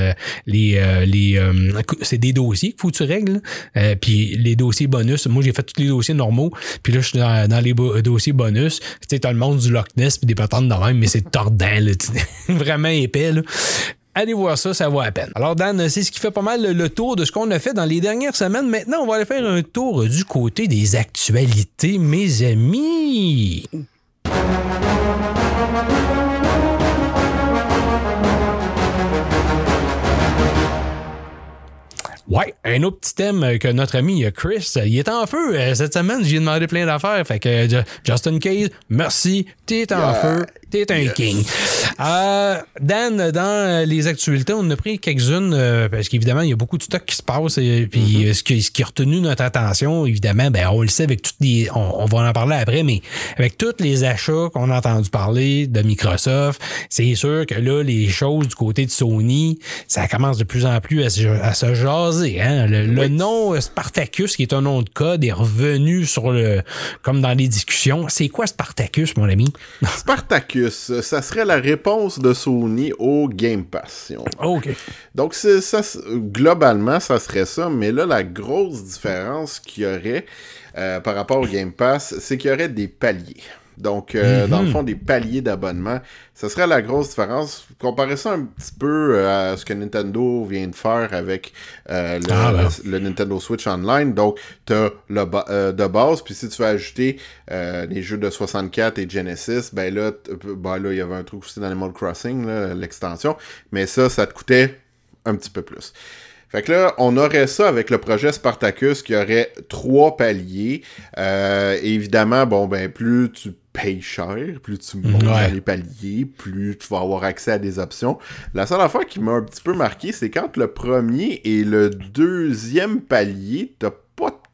c'est des dossiers qu'il faut que tu règles. Puis les dossiers bonus, moi, j'ai fait tous les dossiers normaux. Puis là, je suis dans les dossiers bonus. Tu sais, t'as le monde du Loch Ness puis des patentes de même, mais c'est tordant, là. Vraiment épais, là. Allez voir ça, ça vaut la peine. Alors Dan, c'est ce qui fait pas mal le tour de ce qu'on a fait dans les dernières semaines. Maintenant, on va aller faire un tour du côté des actualités, mes amis. Ouais, un autre petit thème que notre ami Chris, il est en feu cette semaine. J'ai demandé plein d'affaires. Fait que Justin Case, merci, t'es en feu. T'es un king. Dan, dans les actualités, on a pris quelques-unes parce qu'évidemment, il y a beaucoup de stock qui se passe. Puis ce qui a retenu notre attention, évidemment, ben on le sait avec toutes les... On va en parler après, mais avec tous les achats qu'on a entendu parler de Microsoft, c'est sûr que là, les choses du côté de Sony, ça commence de plus en plus à se jaser. Hein? Le nom Spartacus, qui est un nom de code, est revenu comme dans les discussions. C'est quoi Spartacus, mon ami? Spartacus, ça serait la réponse de Sony au Game Pass. Si on veut. OK. Donc, globalement, ça serait ça, mais là, la grosse différence qu'il y aurait par rapport au Game Pass, c'est qu'il y aurait des paliers. Donc, dans le fond, des paliers d'abonnement. Ça serait la grosse différence. Comparer ça un petit peu à ce que Nintendo vient de faire avec le Nintendo Switch Online. Donc, tu as de base, puis si tu veux ajouter les jeux de 64 et Genesis, ben là, il y avait un truc aussi dans Animal Crossing, là, l'extension. Mais ça te coûtait un petit peu plus. Fait que là, on aurait ça avec le projet Spartacus qui aurait 3 paliers. Évidemment, plus tu payes cher, plus tu montes dans les paliers, plus tu vas avoir accès à des options. La seule affaire qui m'a un petit peu marqué, c'est quand le premier et le deuxième palier, t'as pas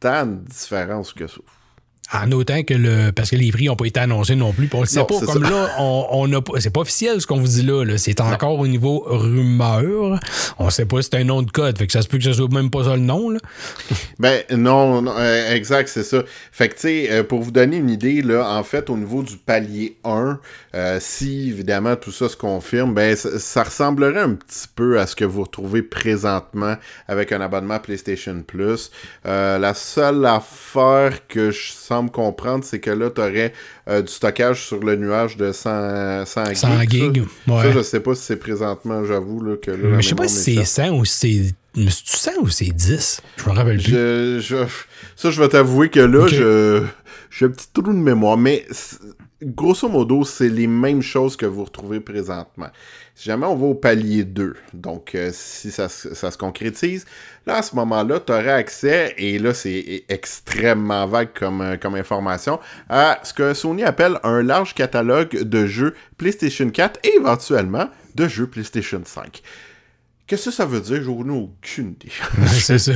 tant de différence que ça. En autant que parce que les prix n'ont pas été annoncés non plus. On le sait Non, pas. Comme ça. Là, on a pas. C'est pas officiel ce qu'on vous dit là. C'est encore au niveau rumeur. On sait pas si c'est un nom de code. Fait que ça se peut que ce soit même pas ça le nom. Là. Ben non, exact, c'est ça. Fait que tu sais, pour vous donner une idée, là, en fait, au niveau du palier 1, si évidemment tout ça se confirme, ben ça ressemblerait un petit peu à ce que vous retrouvez présentement avec un abonnement PlayStation Plus. La seule affaire que je semble comprendre, c'est que là, tu aurais du stockage sur le nuage de 100 gigs. 100 gigs, ça, je sais pas si c'est présentement, j'avoue. Là, que là, mais je sais pas si c'est 100 ou si c'est 100 ou c'est 10. Je me rappelle plus. Ça, je vais t'avouer que là, j'ai un petit trou de mémoire, mais grosso modo, c'est les mêmes choses que vous retrouvez présentement. Si jamais on va au palier 2, donc si ça se concrétise, là, à ce moment-là, tu aurais accès, et là, c'est extrêmement vague comme information, à ce que Sony appelle un large catalogue de jeux PlayStation 4 et éventuellement de jeux PlayStation 5. Qu'est-ce que ça veut dire? J'en ai aucune idée. C'est ça.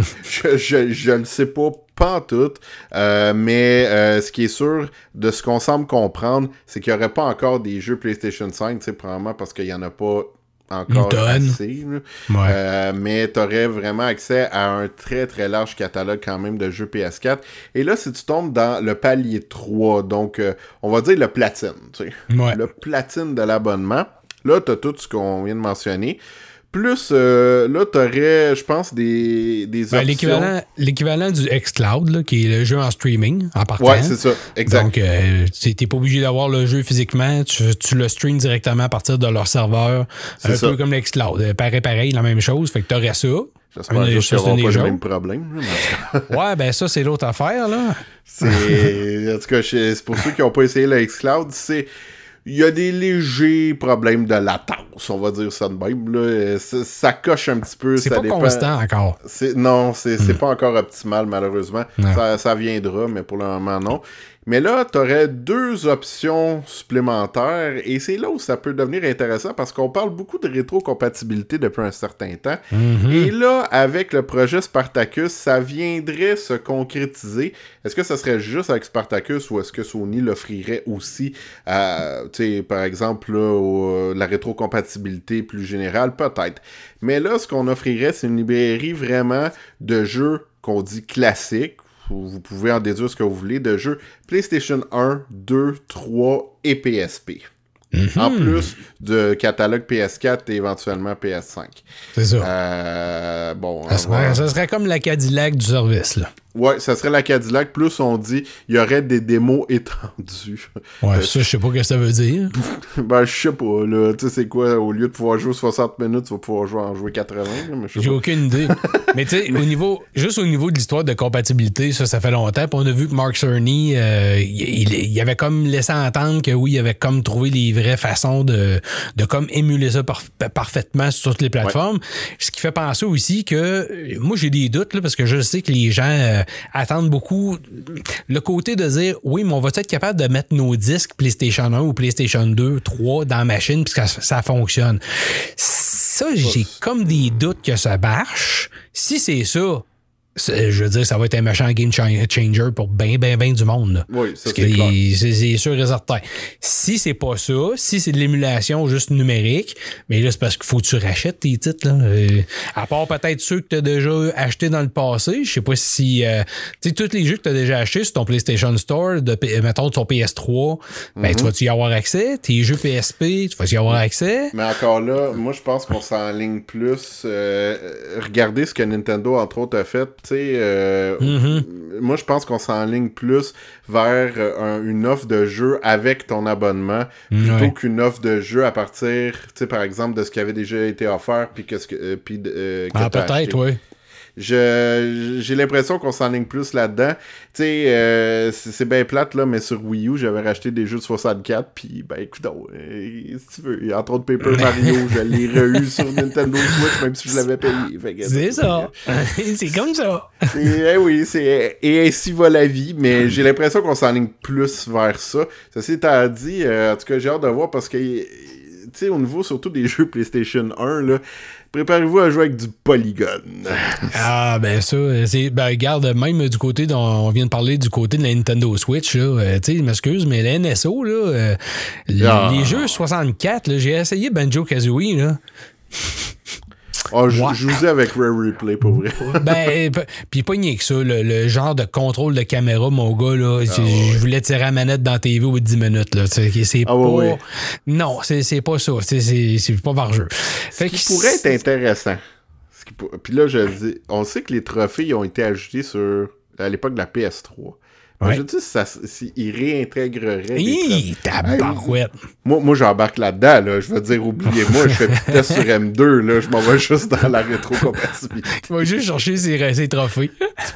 je ne sais pas pantoute, mais ce qui est sûr, de ce qu'on semble comprendre, c'est qu'il n'y aurait pas encore des jeux PlayStation 5, tu sais, probablement parce qu'il n'y en a pas encore assez. Ouais. Mais tu aurais vraiment accès à un très très large catalogue quand même de jeux PS4. Et là, si tu tombes dans le palier 3, donc on va dire le platine, tu sais, le platine de l'abonnement, là, tu as tout ce qu'on vient de mentionner. Plus, là, t'aurais, je pense, des options. L'équivalent du xCloud, là, qui est le jeu en streaming, en partant. Ouais, c'est ça, exact. Donc, t'es pas obligé d'avoir le jeu physiquement. Tu le streams directement à partir de leur serveur. C'est un peu comme l'xCloud. Pareil, la même chose. Fait que t'aurais ça. J'espère juste qu'ils n'auront pas le même problème. Ouais, ben ça, c'est l'autre affaire, là. En tout cas, c'est pour ceux qui n'ont pas essayé le xCloud, il y a des légers problèmes de latence, on va dire ça de même. Là. Ça coche un petit peu. C'est ça pas dépend. Constant encore. Non, c'est pas encore optimal, malheureusement. Ça viendra, mais pour le moment, non. Mais là, tu aurais 2 options supplémentaires et c'est là où ça peut devenir intéressant parce qu'on parle beaucoup de rétrocompatibilité depuis un certain temps. Mm-hmm. Et là, avec le projet Spartacus, ça viendrait se concrétiser. Est-ce que ça serait juste avec Spartacus ou est-ce que Sony l'offrirait aussi à, par exemple, là, la rétrocompatibilité plus générale? Peut-être. Mais là, ce qu'on offrirait, c'est une librairie vraiment de jeux qu'on dit classiques. Vous pouvez en déduire ce que vous voulez, de jeux PlayStation 1, 2, 3 et PSP. Mm-hmm. En plus de catalogue PS4 et éventuellement PS5. C'est ça. Ça serait comme la Cadillac du service, là. Ouais, ça serait la Cadillac, plus on dit, il y aurait des démos étendues. Ouais, ça, je sais pas ce que ça veut dire. Ben, je sais pas, là. Tu sais, c'est quoi, au lieu de pouvoir jouer 60 minutes, tu vas pouvoir en jouer 80. Là, mais j'ai aucune idée. Mais tu sais, juste au niveau de l'histoire de compatibilité, ça fait longtemps. Puis on a vu que Mark Cerny, il avait comme laissé entendre que oui, il avait comme trouvé les vraies façons de comme émuler ça parfaitement sur toutes les plateformes. Ouais. Ce qui fait penser aussi que, moi, j'ai des doutes, là, parce que je sais que les gens attendent beaucoup le côté de dire oui, mais on va être capable de mettre nos disques PlayStation 1 ou PlayStation 2, 3 dans la machine puisque ça fonctionne. Ça, j'ai comme des doutes que ça marche. Si c'est ça, je veux dire, ça va être un méchant game changer pour ben du monde. Là. Oui, ça c'est clair. C'est sûr et certain. Si c'est pas ça, si c'est de l'émulation juste numérique, mais là, c'est parce qu'il faut que tu rachètes tes titres. Là. À part peut-être ceux que tu as déjà achetés dans le passé. Je sais pas si... tu sais, tous les jeux que tu as déjà achetés sur ton PlayStation Store, mettons ton PS3, ben tu vas-y avoir accès. Tes jeux PSP, tu vas y avoir accès. Mais encore là, moi, je pense qu'on s'enligne plus. Regardez ce que Nintendo, entre autres, a fait. Moi, je pense qu'on s'enligne plus vers une offre de jeu avec ton abonnement plutôt qu'une offre de jeu à partir, par exemple, de ce qui avait déjà été offert puis que peut-être, acheté. Oui. J'ai l'impression qu'on s'enligne plus là-dedans. Tu sais, c'est bien plate, là, mais sur Wii U, j'avais racheté des jeux de 64, puis, ben, écoute, si tu veux, entre autres Paper Mario, je l'ai re-eu sur Nintendo Switch, même si je l'avais payé. C'est ça. C'est comme ça. Oui, et ainsi va la vie, mais j'ai l'impression qu'on s'enligne plus vers ça. Ceci étant dit, en tout cas, j'ai hâte de voir parce que... sais, au niveau surtout des jeux PlayStation 1, là, préparez-vous à jouer avec du polygone. Ah, ben ça, regarde, même du côté, on vient de parler du côté de la Nintendo Switch, là, tu sais, je m'excuse, mais la NSO, là, les jeux 64, là, j'ai essayé Banjo-Kazooie, là. Oh, je jouais avec Rare Replay, pour vrai. Ben, pis pas nier que ça, le genre de contrôle de caméra, mon gars, là, je voulais tirer la manette dans la TV au bout de 10 minutes, là. C'est pas... Ouais. Non, c'est pas ça. C'est pas par jeu. Ce qui pourrait être intéressant. Puis là, je dis, on sait que les trophées ils ont été ajoutés à l'époque de la PS3. Ouais. Je dis s'ils réintégreraient. Hi, ta barouette. Moi, j'embarque là-dedans, là. Je veux dire, oubliez-moi, je fais plus de test sur M2, là. Je m'en vais juste dans la rétrocompatibilité. Tu vas juste chercher ces trophées.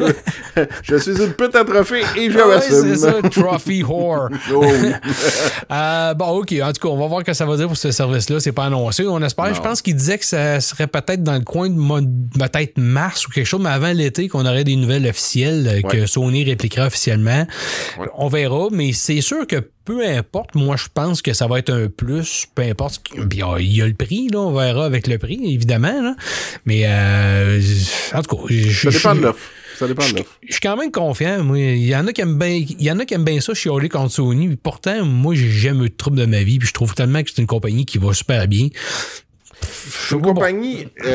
Je suis une pute à trophée et je C'est m'assume. ça, trophy whore. Oh oui. Bon, OK. En tout cas, on va voir ce que ça va dire pour ce service-là. C'est pas annoncé. On espère. Non. Je pense qu'il disait que ça serait peut-être dans le coin de peut-être mars ou quelque chose, mais avant l'été, qu'on aurait des nouvelles officielles que Sony répliquera officiellement. Ouais. On verra, mais c'est sûr que peu importe, moi je pense que ça va être un plus, peu importe. Il y a le prix, là, on verra avec le prix, évidemment. Là. Mais en tout cas, ça dépend de l'offre. Ça dépend de l'offre. Je suis quand même confiant. Moi, il y en a qui aiment bien ça, chialer contre Sony. Pourtant, moi, j'ai jamais eu de trouble de ma vie. Puis je trouve tellement que c'est une compagnie qui va super bien. Une compagnie, tu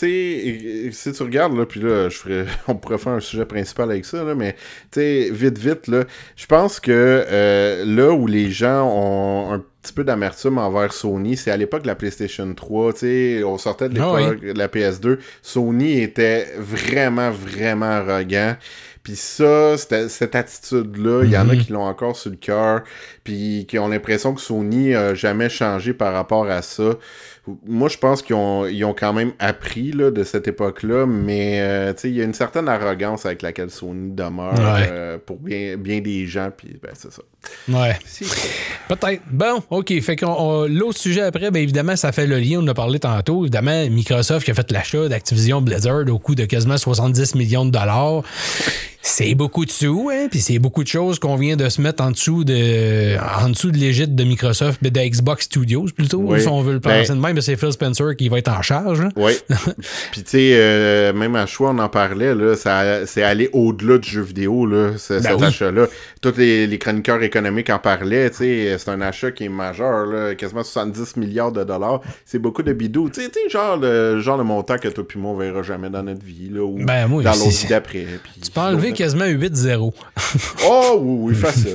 sais, si tu regardes, là, puis là, on pourrait faire un sujet principal avec ça, là, mais tu sais, vite, là, je pense que là où les gens ont un petit peu d'amertume envers Sony, c'est à l'époque de la PlayStation 3, tu sais, on sortait de l'époque de la PS2, Sony était vraiment, vraiment arrogant. Puis ça, cette attitude-là, il y en a qui l'ont encore sur le cœur, puis qui ont l'impression que Sony a jamais changé par rapport à ça. Moi, je pense qu'ils ont quand même appris là, de cette époque-là, mais il y a une certaine arrogance avec laquelle Sony demeure pour bien des gens, puis ben, c'est ça. Ouais. Peut-être. Bon, OK. Fait que l'autre sujet après, bien évidemment, ça fait le lien, on en a parlé tantôt. Évidemment, Microsoft qui a fait l'achat d'Activision Blizzard au coût de quasiment 70 millions de dollars. C'est beaucoup de sous, hein, puis c'est beaucoup de choses qu'on vient de se mettre en dessous de l'égide de Microsoft, de Xbox Studios plutôt, si on veut le penser de même, c'est Phil Spencer qui va être en charge. Oui. Puis tu sais, même à choix, on en parlait, là, c'est aller au-delà du jeu vidéo, là, cet achat-là. Tous les chroniqueurs économiques en parlaient, tu sais, c'est un achat qui est majeur, là, quasiment 70 milliards de dollars. C'est beaucoup de bidou. Tu sais, genre le montant que toi puis moi on verra jamais dans notre vie, là, ou dans l'autre vie d'après. Tu peux enlever quasiment 8-0. Oh oui, facile.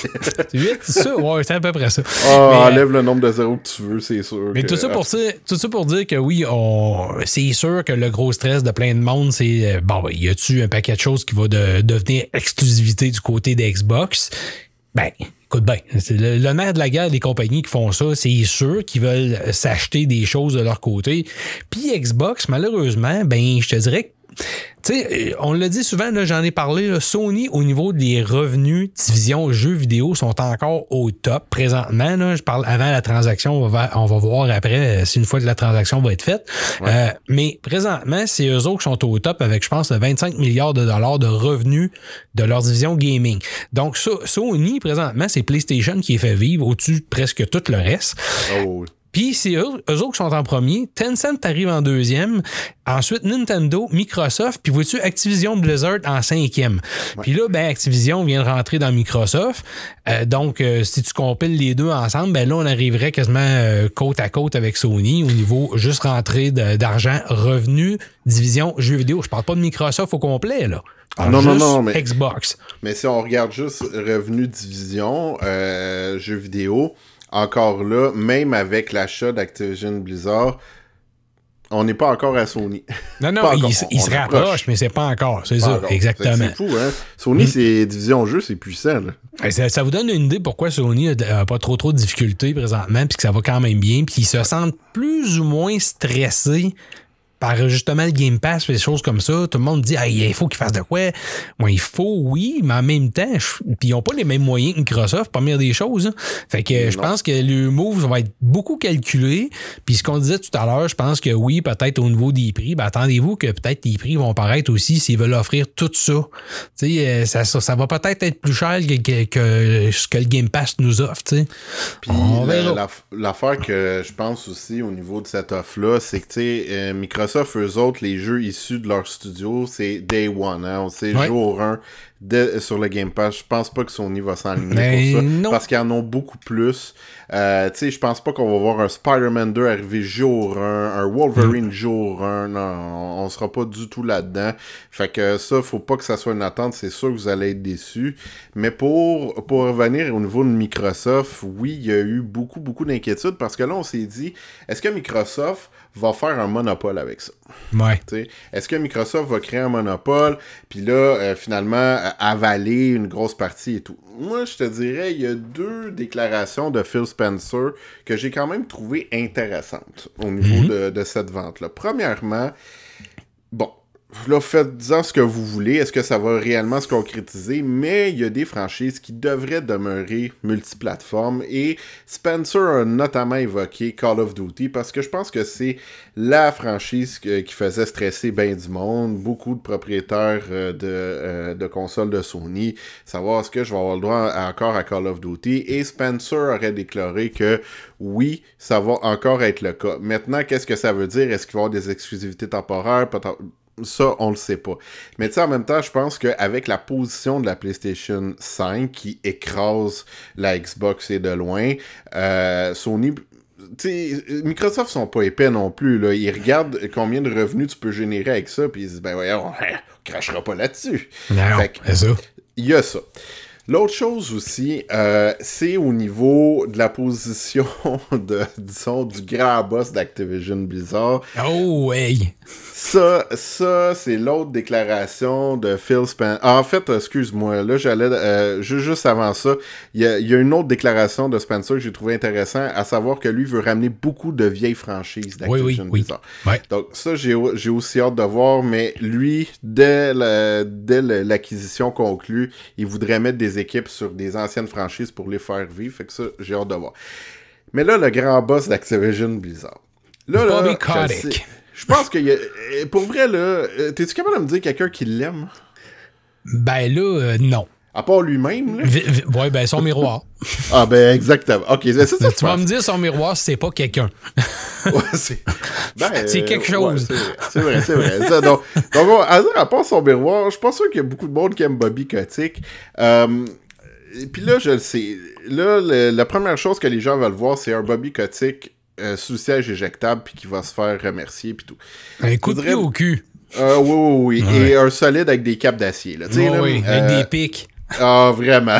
8, c'est ça? Ouais, c'est à peu près ça. Enlève le nombre de zéros que tu veux, c'est sûr. Mais tout ça pour dire que oui, c'est sûr que le gros stress de plein de monde, c'est y a-tu un paquet de choses qui va devenir exclusivité du côté des Xbox? Ben, écoute bien, c'est le nerf de la guerre des compagnies qui font ça, c'est sûr qu'ils veulent s'acheter des choses de leur côté. Puis Xbox, malheureusement, ben je te dirais que tu sais, on l'a dit souvent, là, j'en ai parlé, là, Sony, au niveau des revenus division jeux vidéo, sont encore au top présentement. Là, je parle avant la transaction, on va voir après si une fois que la transaction va être faite. Ouais. Mais présentement, c'est eux autres qui sont au top avec, je pense, 25 milliards de dollars de revenus de leur division gaming. Donc, Sony, présentement, c'est PlayStation qui est fait vivre au-dessus de presque tout le reste. Oh. Puis c'est eux autres qui sont en premier. Tencent arrive en deuxième. Ensuite, Nintendo, Microsoft. Puis vois-tu, Activision Blizzard en cinquième. Ouais. Puis là, ben Activision vient de rentrer dans Microsoft. Donc, si tu compiles les deux ensemble, ben là, on arriverait quasiment côte à côte avec Sony au niveau juste rentrée d'argent, revenus, division, jeux vidéo. Je parle pas de Microsoft au complet, là. Non, mais Xbox. Mais si on regarde juste revenus, division, jeux vidéo... Encore là, même avec l'achat d'Activision Blizzard, on n'est pas encore à Sony. Non, il se rapproche, mais c'est pas encore. C'est pas ça, encore. Exactement. C'est fou, hein? Sony, c'est division jeu, c'est puissant. Là. Ça vous donne une idée pourquoi Sony n'a pas trop de difficultés présentement, puis que ça va quand même bien, puis qu'ils se sentent plus ou moins stressés par justement le Game Pass et des choses comme ça, tout le monde dit il faut qu'ils fassent de quoi. Moi, il faut, oui, mais en même temps, puis ils n'ont pas les mêmes moyens que Microsoft, première des choses. Hein. Fait que je pense que le move va être beaucoup calculé. Puis ce qu'on disait tout à l'heure, je pense que oui, peut-être au niveau des prix, attendez-vous que peut-être les prix vont paraître aussi s'ils veulent offrir tout ça. Tu sais, ça va peut-être être plus cher que ce que le Game Pass nous offre. Tu sais. Puis l'affaire que je pense aussi au niveau de cette offre-là, c'est que tu sais, Microsoft, eux autres, les jeux issus de leur studio, c'est Day One. Hein? C'est jour 1 sur le Game Pass. Je pense pas que Sony va s'enligner pour ça. Non. Parce qu'ils en ont beaucoup plus. Tu sais, je pense pas qu'on va voir un Spider-Man 2 arriver jour 1, un Wolverine jour 1. Non, on sera pas du tout là-dedans. Fait que ça, faut pas que ça soit une attente. C'est sûr que vous allez être déçus. Mais pour revenir au niveau de Microsoft, oui, il y a eu beaucoup d'inquiétudes parce que là, on s'est dit, est-ce que Microsoft va faire un monopole avec ça? Ouais. T'sais, est-ce que Microsoft va créer un monopole, puis là, finalement, avaler une grosse partie et tout? Moi, je te dirais, il y a 2 déclarations de Phil Spencer que j'ai quand même trouvées intéressantes au niveau de cette vente-là. Premièrement, bon, là, faites-en ce que vous voulez. Est-ce que ça va réellement se concrétiser? Mais il y a des franchises qui devraient demeurer multiplateformes. Et Spencer a notamment évoqué Call of Duty parce que je pense que c'est la franchise qui faisait stresser bien du monde. Beaucoup de propriétaires de consoles de Sony. Savoir est-ce que je vais avoir le droit encore à Call of Duty. Et Spencer aurait déclaré que oui, ça va encore être le cas. Maintenant, qu'est-ce que ça veut dire? Est-ce qu'il va y avoir des exclusivités temporaires? Ça, on le sait pas. Mais tu sais, en même temps, je pense qu'avec la position de la PlayStation 5 qui écrase la Xbox et de loin, Sony... T'sais, Microsoft sont pas épais non plus, là. Ils regardent combien de revenus tu peux générer avec ça, puis ils disent, ben voyons, on crachera pas là-dessus. Non, c'est ça. Il y a ça. L'autre chose aussi, c'est au niveau de la position disons, du grand boss d'Activision Blizzard. Oh, hey! Ça, c'est l'autre déclaration de Phil Spencer. Ah, en fait, excuse-moi, là, j'allais... juste avant ça, il y a une autre déclaration de Spencer que j'ai trouvé intéressant, à savoir que lui veut ramener beaucoup de vieilles franchises d'Activision Blizzard. Oui. Donc ça, j'ai aussi hâte de voir, mais lui, dès l'acquisition conclue, il voudrait mettre des équipes sur des anciennes franchises pour les faire vivre, fait que ça, j'ai hâte de voir. Mais là, le grand boss d'Activision Blizzard. Bobby Kotick. Je pense qu'il y a... Pour vrai, là, t'es-tu capable de me dire quelqu'un qui l'aime? Ben là, non. À part lui-même, là? Ouais, ben son miroir. Ah, ben exactement. OK, ça tu vas me dire son miroir, c'est pas quelqu'un. Ouais, c'est quelque chose. Ouais, c'est vrai. Ça, donc à part son miroir, je suis pas sûr qu'il y a beaucoup de monde qui aime Bobby Kotick. Puis là, je le sais. Là, la première chose que les gens veulent voir, c'est un Bobby Kotick sous le siège éjectable puis qui va se faire remercier puis tout. Un coup de pied au cul. Oui. Ouais. Et un solide avec des capes d'acier. Là. Oui, avec des pics. Ah, vraiment.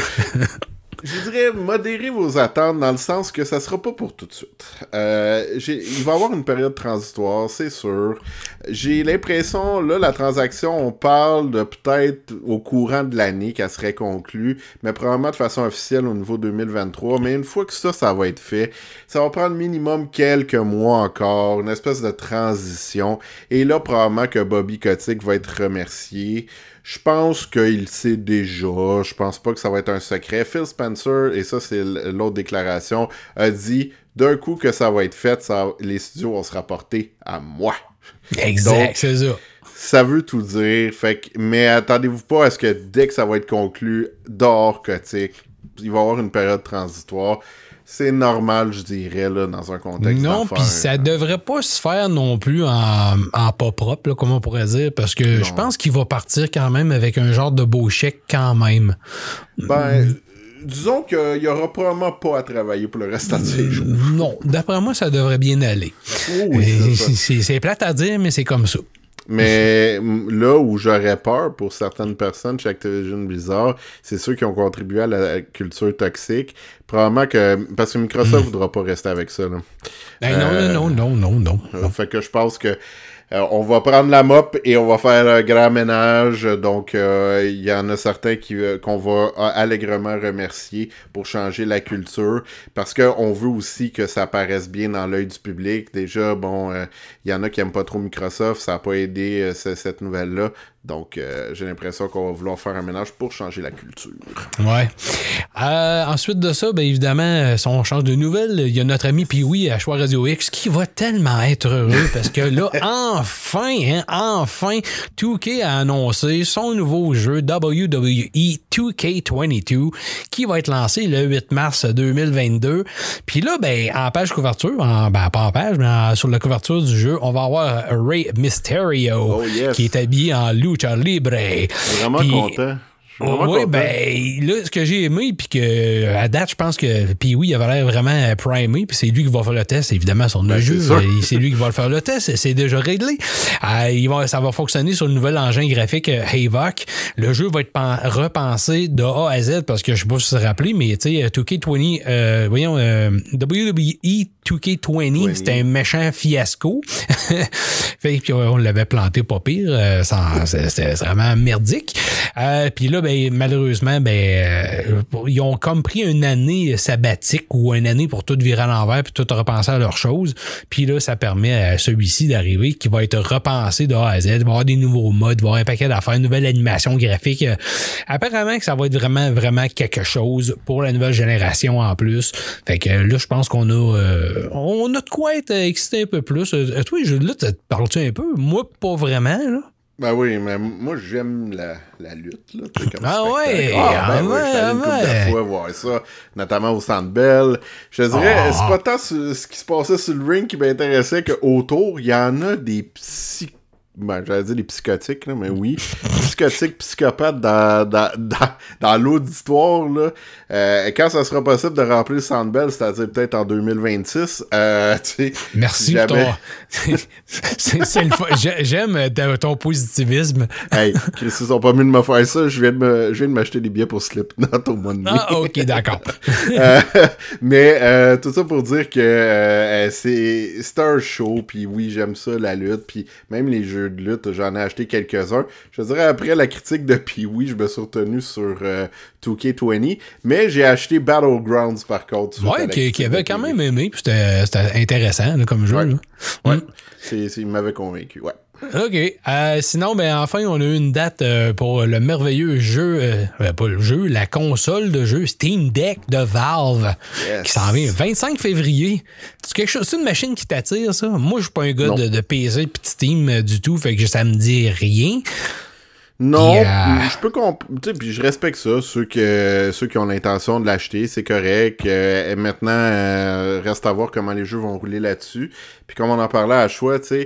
Je dirais modérer vos attentes dans le sens que ça sera pas pour tout de suite. Il va y avoir une période transitoire, c'est sûr. J'ai l'impression, là, la transaction, on parle de peut-être au courant de l'année qu'elle serait conclue, mais probablement de façon officielle au niveau 2023. Mais une fois que ça va être fait, ça va prendre minimum quelques mois encore, une espèce de transition. Et là, probablement que Bobby Kotick va être remercié. Je pense qu'il sait déjà. Je pense pas que ça va être un secret. Phil Spencer, et ça c'est l'autre déclaration, a dit d'un coup que ça va être fait, les studios vont se rapporter à moi. Exact, donc, c'est ça. Ça veut tout dire. Mais attendez-vous pas à ce que dès que ça va être conclu, dehors Kotick, il va y avoir une période transitoire. C'est normal, je dirais, là, dans un contexte non, puis ça devrait pas se faire non plus en pas propre, là, comme on pourrait dire, parce que je pense qu'il va partir quand même avec un genre de beau chèque quand même. Ben, disons qu'il n'y aura probablement pas à travailler pour le restant de ses jours. Non, d'après moi, ça devrait bien aller. Oui, c'est plate à dire, mais c'est comme ça. Mais là où j'aurais peur pour certaines personnes chez Activision Blizzard, c'est ceux qui ont contribué à la culture toxique. Probablement que... Parce que Microsoft ne voudra pas rester avec ça. Là. Ben non. Fait que je pense que on va prendre la mop et on va faire un grand ménage. Donc, il y en a certains qu'on va allègrement remercier pour changer la culture. Parce qu'on veut aussi que ça paraisse bien dans l'œil du public. Déjà, bon, il y en a qui n'aiment pas trop Microsoft. Ça n'a pas aidé cette nouvelle-là. Donc, j'ai l'impression qu'on va vouloir faire un ménage pour changer la culture. Ouais. Ensuite de ça, bien évidemment, si on change de nouvelles, il y a notre ami Pee-Wee à Choix Radio X qui va tellement être heureux parce que là, enfin, 2K a annoncé son nouveau jeu WWE 2K22 qui va être lancé le 8 mars 2022. Puis là, ben, en page couverture, pas en page, mais sur la couverture du jeu, on va avoir Rey Mysterio qui est habillé en Lucha Libre. Je suis vraiment content. Oui, ben là, ce que j'ai aimé, puis que à date, je pense que Pee-Wee avait l'air vraiment primé, puis c'est lui qui va faire le test, évidemment, sur le jeu. C'est lui qui va le faire le test, c'est déjà réglé. Ça va fonctionner sur le nouvel engin graphique Havoc. Le jeu va être repensé de A à Z, parce que je sais pas si vous vous rappelez, mais tu sais, 2K20, WWE 2K20, c'était un méchant fiasco. Fait puis on l'avait planté pas pire. C'était vraiment merdique. Puis là, ben, malheureusement, ils ont comme pris une année sabbatique ou une année pour tout virer à l'envers puis tout repenser à leurs choses. Puis là, ça permet à celui-ci d'arriver qui va être repensé de A à Z. Il va y avoir des nouveaux modes, il va y avoir un paquet d'affaires, une nouvelle animation graphique. Apparemment que ça va être vraiment, vraiment quelque chose pour la nouvelle génération en plus. Fait que là, je pense qu'on a de quoi être excité un peu plus. Toi, là, te parles-tu un peu? Moi, pas vraiment, là. Ben oui, mais moi, j'aime la lutte, là. Comme ouais! Je suis allé une couple de fois voir ça, notamment au Centre Bell. Je te dirais, c'est pas tant ce qui se passait sur le ring qui m'intéressait qu'autour, il y en a des j'allais dire les psychotiques, là, mais oui. Psychotiques, psychopathes dans l'auditoire, là. Quand ça sera possible de remplir le Centre Bell, c'est-à-dire peut-être en 2026, tu sais. Merci pour ton... J'aime ton positivisme. Hey, ils se sont pas mis de me faire ça. Je viens de m'acheter des billets pour Slipknot au mois de mai. Ah, ok, d'accord. Mais tout ça pour dire que c'est un show, puis oui, j'aime ça, la lutte, puis même les jeux de lutte, j'en ai acheté quelques-uns. Je dirais, après la critique de Pee-Wee, je me suis retenu sur 2K20, mais j'ai acheté Battlegrounds, par contre. Ouais, qui avait quand même aimé, puis c'était intéressant là, comme jeu. Ouais, là. Ouais. Il m'avait convaincu, ouais. OK. Sinon, ben enfin, on a eu une date pour le merveilleux jeu, pas le jeu, la console de jeu Steam Deck de Valve, qui s'en vient le 25 février. C'est une machine qui t'attire, ça? Moi, je suis pas un gars de PC pis de Steam du tout, fait que ça me dit rien. Non, je peux puis je respecte ça, ceux qui ont l'intention de l'acheter, c'est correct. Maintenant, reste à voir comment les jeux vont rouler là-dessus. Puis comme on en parlait à choix, tu sais,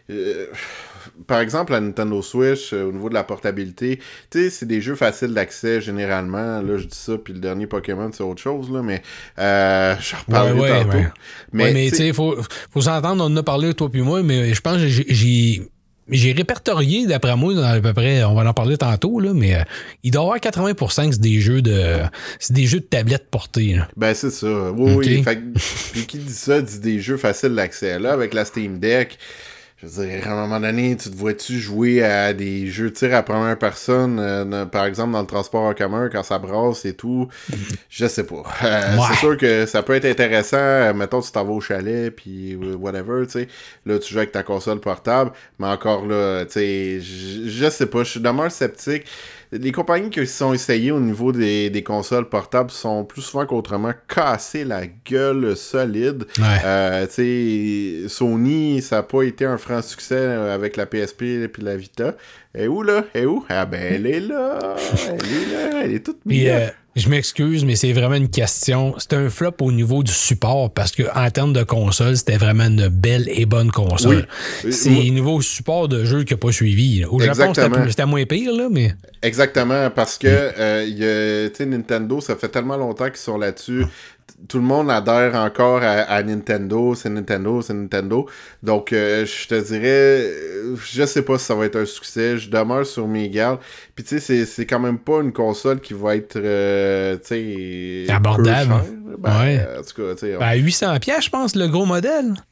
par exemple, la Nintendo Switch, au niveau de la portabilité, tu sais, c'est des jeux faciles d'accès généralement. Là, je dis ça, puis le dernier Pokémon, c'est autre chose, là, mais j'en reparlerai tantôt. Mais tu sais, faut s'entendre, on en a parlé, toi puis moi, mais je pense que j'ai répertorié, d'après moi, à peu près, on va en parler tantôt, là, mais il doit y avoir 80% que c'est des jeux de tablette portées. Là. Ben, c'est ça. Oui, okay. Oui. Puis qui dit ça, dit des jeux faciles d'accès. Là, avec la Steam Deck, je veux dire, à un moment donné, tu te vois-tu jouer à des jeux de tir à première personne, par exemple, dans le transport en commun, quand ça brasse et tout? Je sais pas. C'est sûr que ça peut être intéressant. Mettons, tu t'en vas au chalet, puis whatever, tu sais. Là, tu joues avec ta console portable. Mais encore là, tu sais, je sais pas. Je demeure sceptique. Les compagnies qui se sont essayées au niveau des consoles portables sont plus souvent qu'autrement cassées la gueule solide. Ouais. Tu sais, Sony, ça n'a pas été un franc succès avec la PSP et la Vita. Elle est où, là? Elle est où? Ah ben, elle est là! Elle est toute mignonne. Je m'excuse, mais c'est vraiment une question. C'était un flop au niveau du support parce qu'en termes de console, c'était vraiment une belle et bonne console. Oui. C'est niveau support de jeu qui n'a pas suivi. Là. Au Japon, c'était moins pire, là, mais... Exactement, parce que tu sais, Nintendo, ça fait tellement longtemps qu'ils sont là-dessus. Tout le monde adhère encore à Nintendo, c'est Nintendo. Donc, je te dirais, je sais pas si ça va être un succès. Je demeure sur mes gardes. Puis, tu sais, c'est quand même pas une console qui va être, tu sais... abordable. Peu cher. Ouais. En tout cas, tu sais... 800$, je pense, le gros modèle.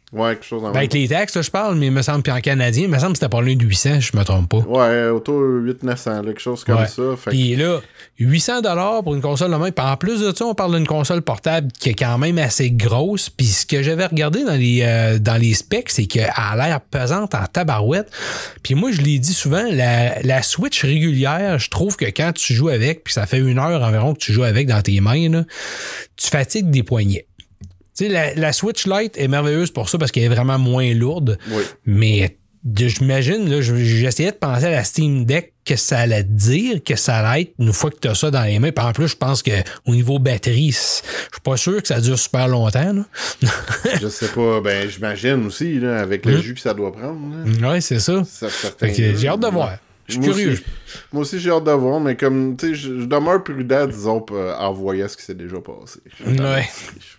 Ouais, quelque chose en avec les taxes, là, je parle, mais il me semble, puis en canadien, il me semble que c'était pas loin de 800, je me trompe pas. Ouais, autour de 800-900, quelque chose comme ça. Puis là, 800$ pour une console de même. Puis en plus de ça, on parle d'une console portable qui est quand même assez grosse. Puis ce que j'avais regardé dans les specs, c'est qu'elle a l'air pesante en tabarouette. Puis moi, je l'ai dit souvent, la Switch régulière, je trouve que quand tu joues avec, puis ça fait 1 heure environ que tu joues avec dans tes mains, là, tu fatigues des poignets. Tu sais, la Switch Lite est merveilleuse pour ça parce qu'elle est vraiment moins lourde. Oui. Mais j'imagine, là, j'essayais de penser à la Steam Deck, que ça allait te dire, que ça allait être une fois que tu as ça dans les mains. Puis en plus, je pense qu'au niveau batterie, je suis pas sûr que ça dure super longtemps. Là. Je sais pas. Ben, j'imagine aussi, là, avec le jus que ça doit prendre. Oui, c'est ça. J'ai hâte de voir. Je suis curieux. Moi aussi, j'ai hâte de voir, mais comme, tu sais, je demeure prudent, disons, en voyant ce qui s'est déjà passé. Ouais.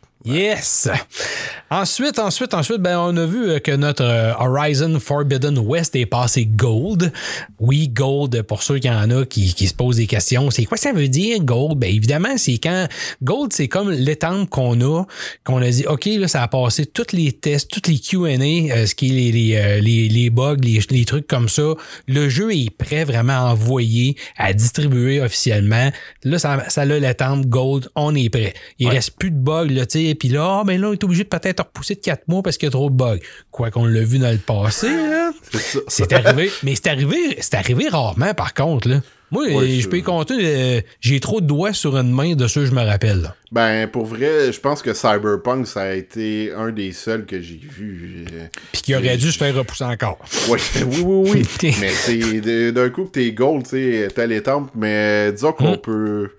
Yes! Ensuite, ben, on a vu que notre Horizon Forbidden West est passé Gold. Oui, Gold, pour ceux qui en a qui se posent des questions, c'est quoi ça veut dire Gold? Ben, évidemment, c'est quand Gold, c'est comme l'étampe qu'on a dit, OK, là, ça a passé tous les tests, tous les Q&A, ce qui est les bugs, les trucs comme ça. Le jeu est prêt vraiment à envoyer, à distribuer officiellement. Là, ça a l'étampe Gold, on est prêt. Il reste plus de bugs, là, tu sais. Puis là, ben là, on est obligé de peut-être repousser de 4 mois parce qu'il y a trop de bugs. Quoi qu'on l'a vu dans le passé, là. C'est arrivé. Mais c'est arrivé rarement, par contre, là. Moi, je peux y compter, j'ai trop de doigts sur une main de ceux que je me rappelle. Là. Ben, pour vrai, je pense que Cyberpunk, ça a été un des seuls que j'ai vu. Puis qui aurait dû se faire repousser encore. Oui. Mais c'est d'un coup que t'es gold, tu sais, t'as les tempes, mais disons qu'on peut...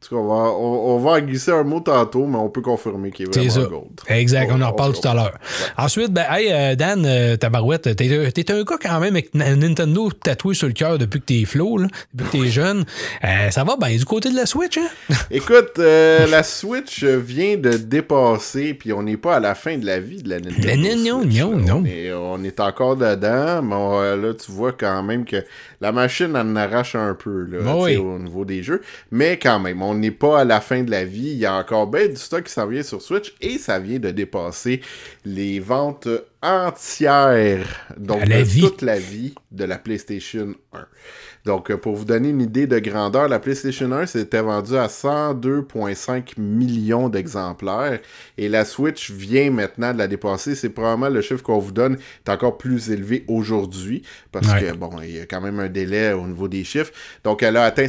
On va en glisser un mot tantôt, mais on peut confirmer qu'il est vraiment gold. Exact, on en reparle tout à l'heure. Ensuite, ben, hey, Dan, tabarouette, t'es un gars quand même avec Nintendo tatoué sur le cœur depuis que t'es flow, là, depuis que t'es jeune. Ça va bien du côté de la Switch, hein? Écoute, la Switch vient de dépasser, puis on n'est pas à la fin de la vie de la Nintendo Switch. Non. On est encore dedans, mais là, tu vois quand même que la machine en arrache un peu là, au niveau des jeux. Mais quand même, on n'est pas à la fin de la vie. Il y a encore bien du stock qui s'en vient sur Switch et ça vient de dépasser les ventes entières. Donc, toute la vie de la PlayStation 1. Donc, pour vous donner une idée de grandeur, la PlayStation 1 s'était vendue à 102,5 millions d'exemplaires et la Switch vient maintenant de la dépasser. C'est probablement le chiffre qu'on vous donne est encore plus élevé aujourd'hui parce que, bon, il y a quand même un délai au niveau des chiffres. Donc, elle a atteint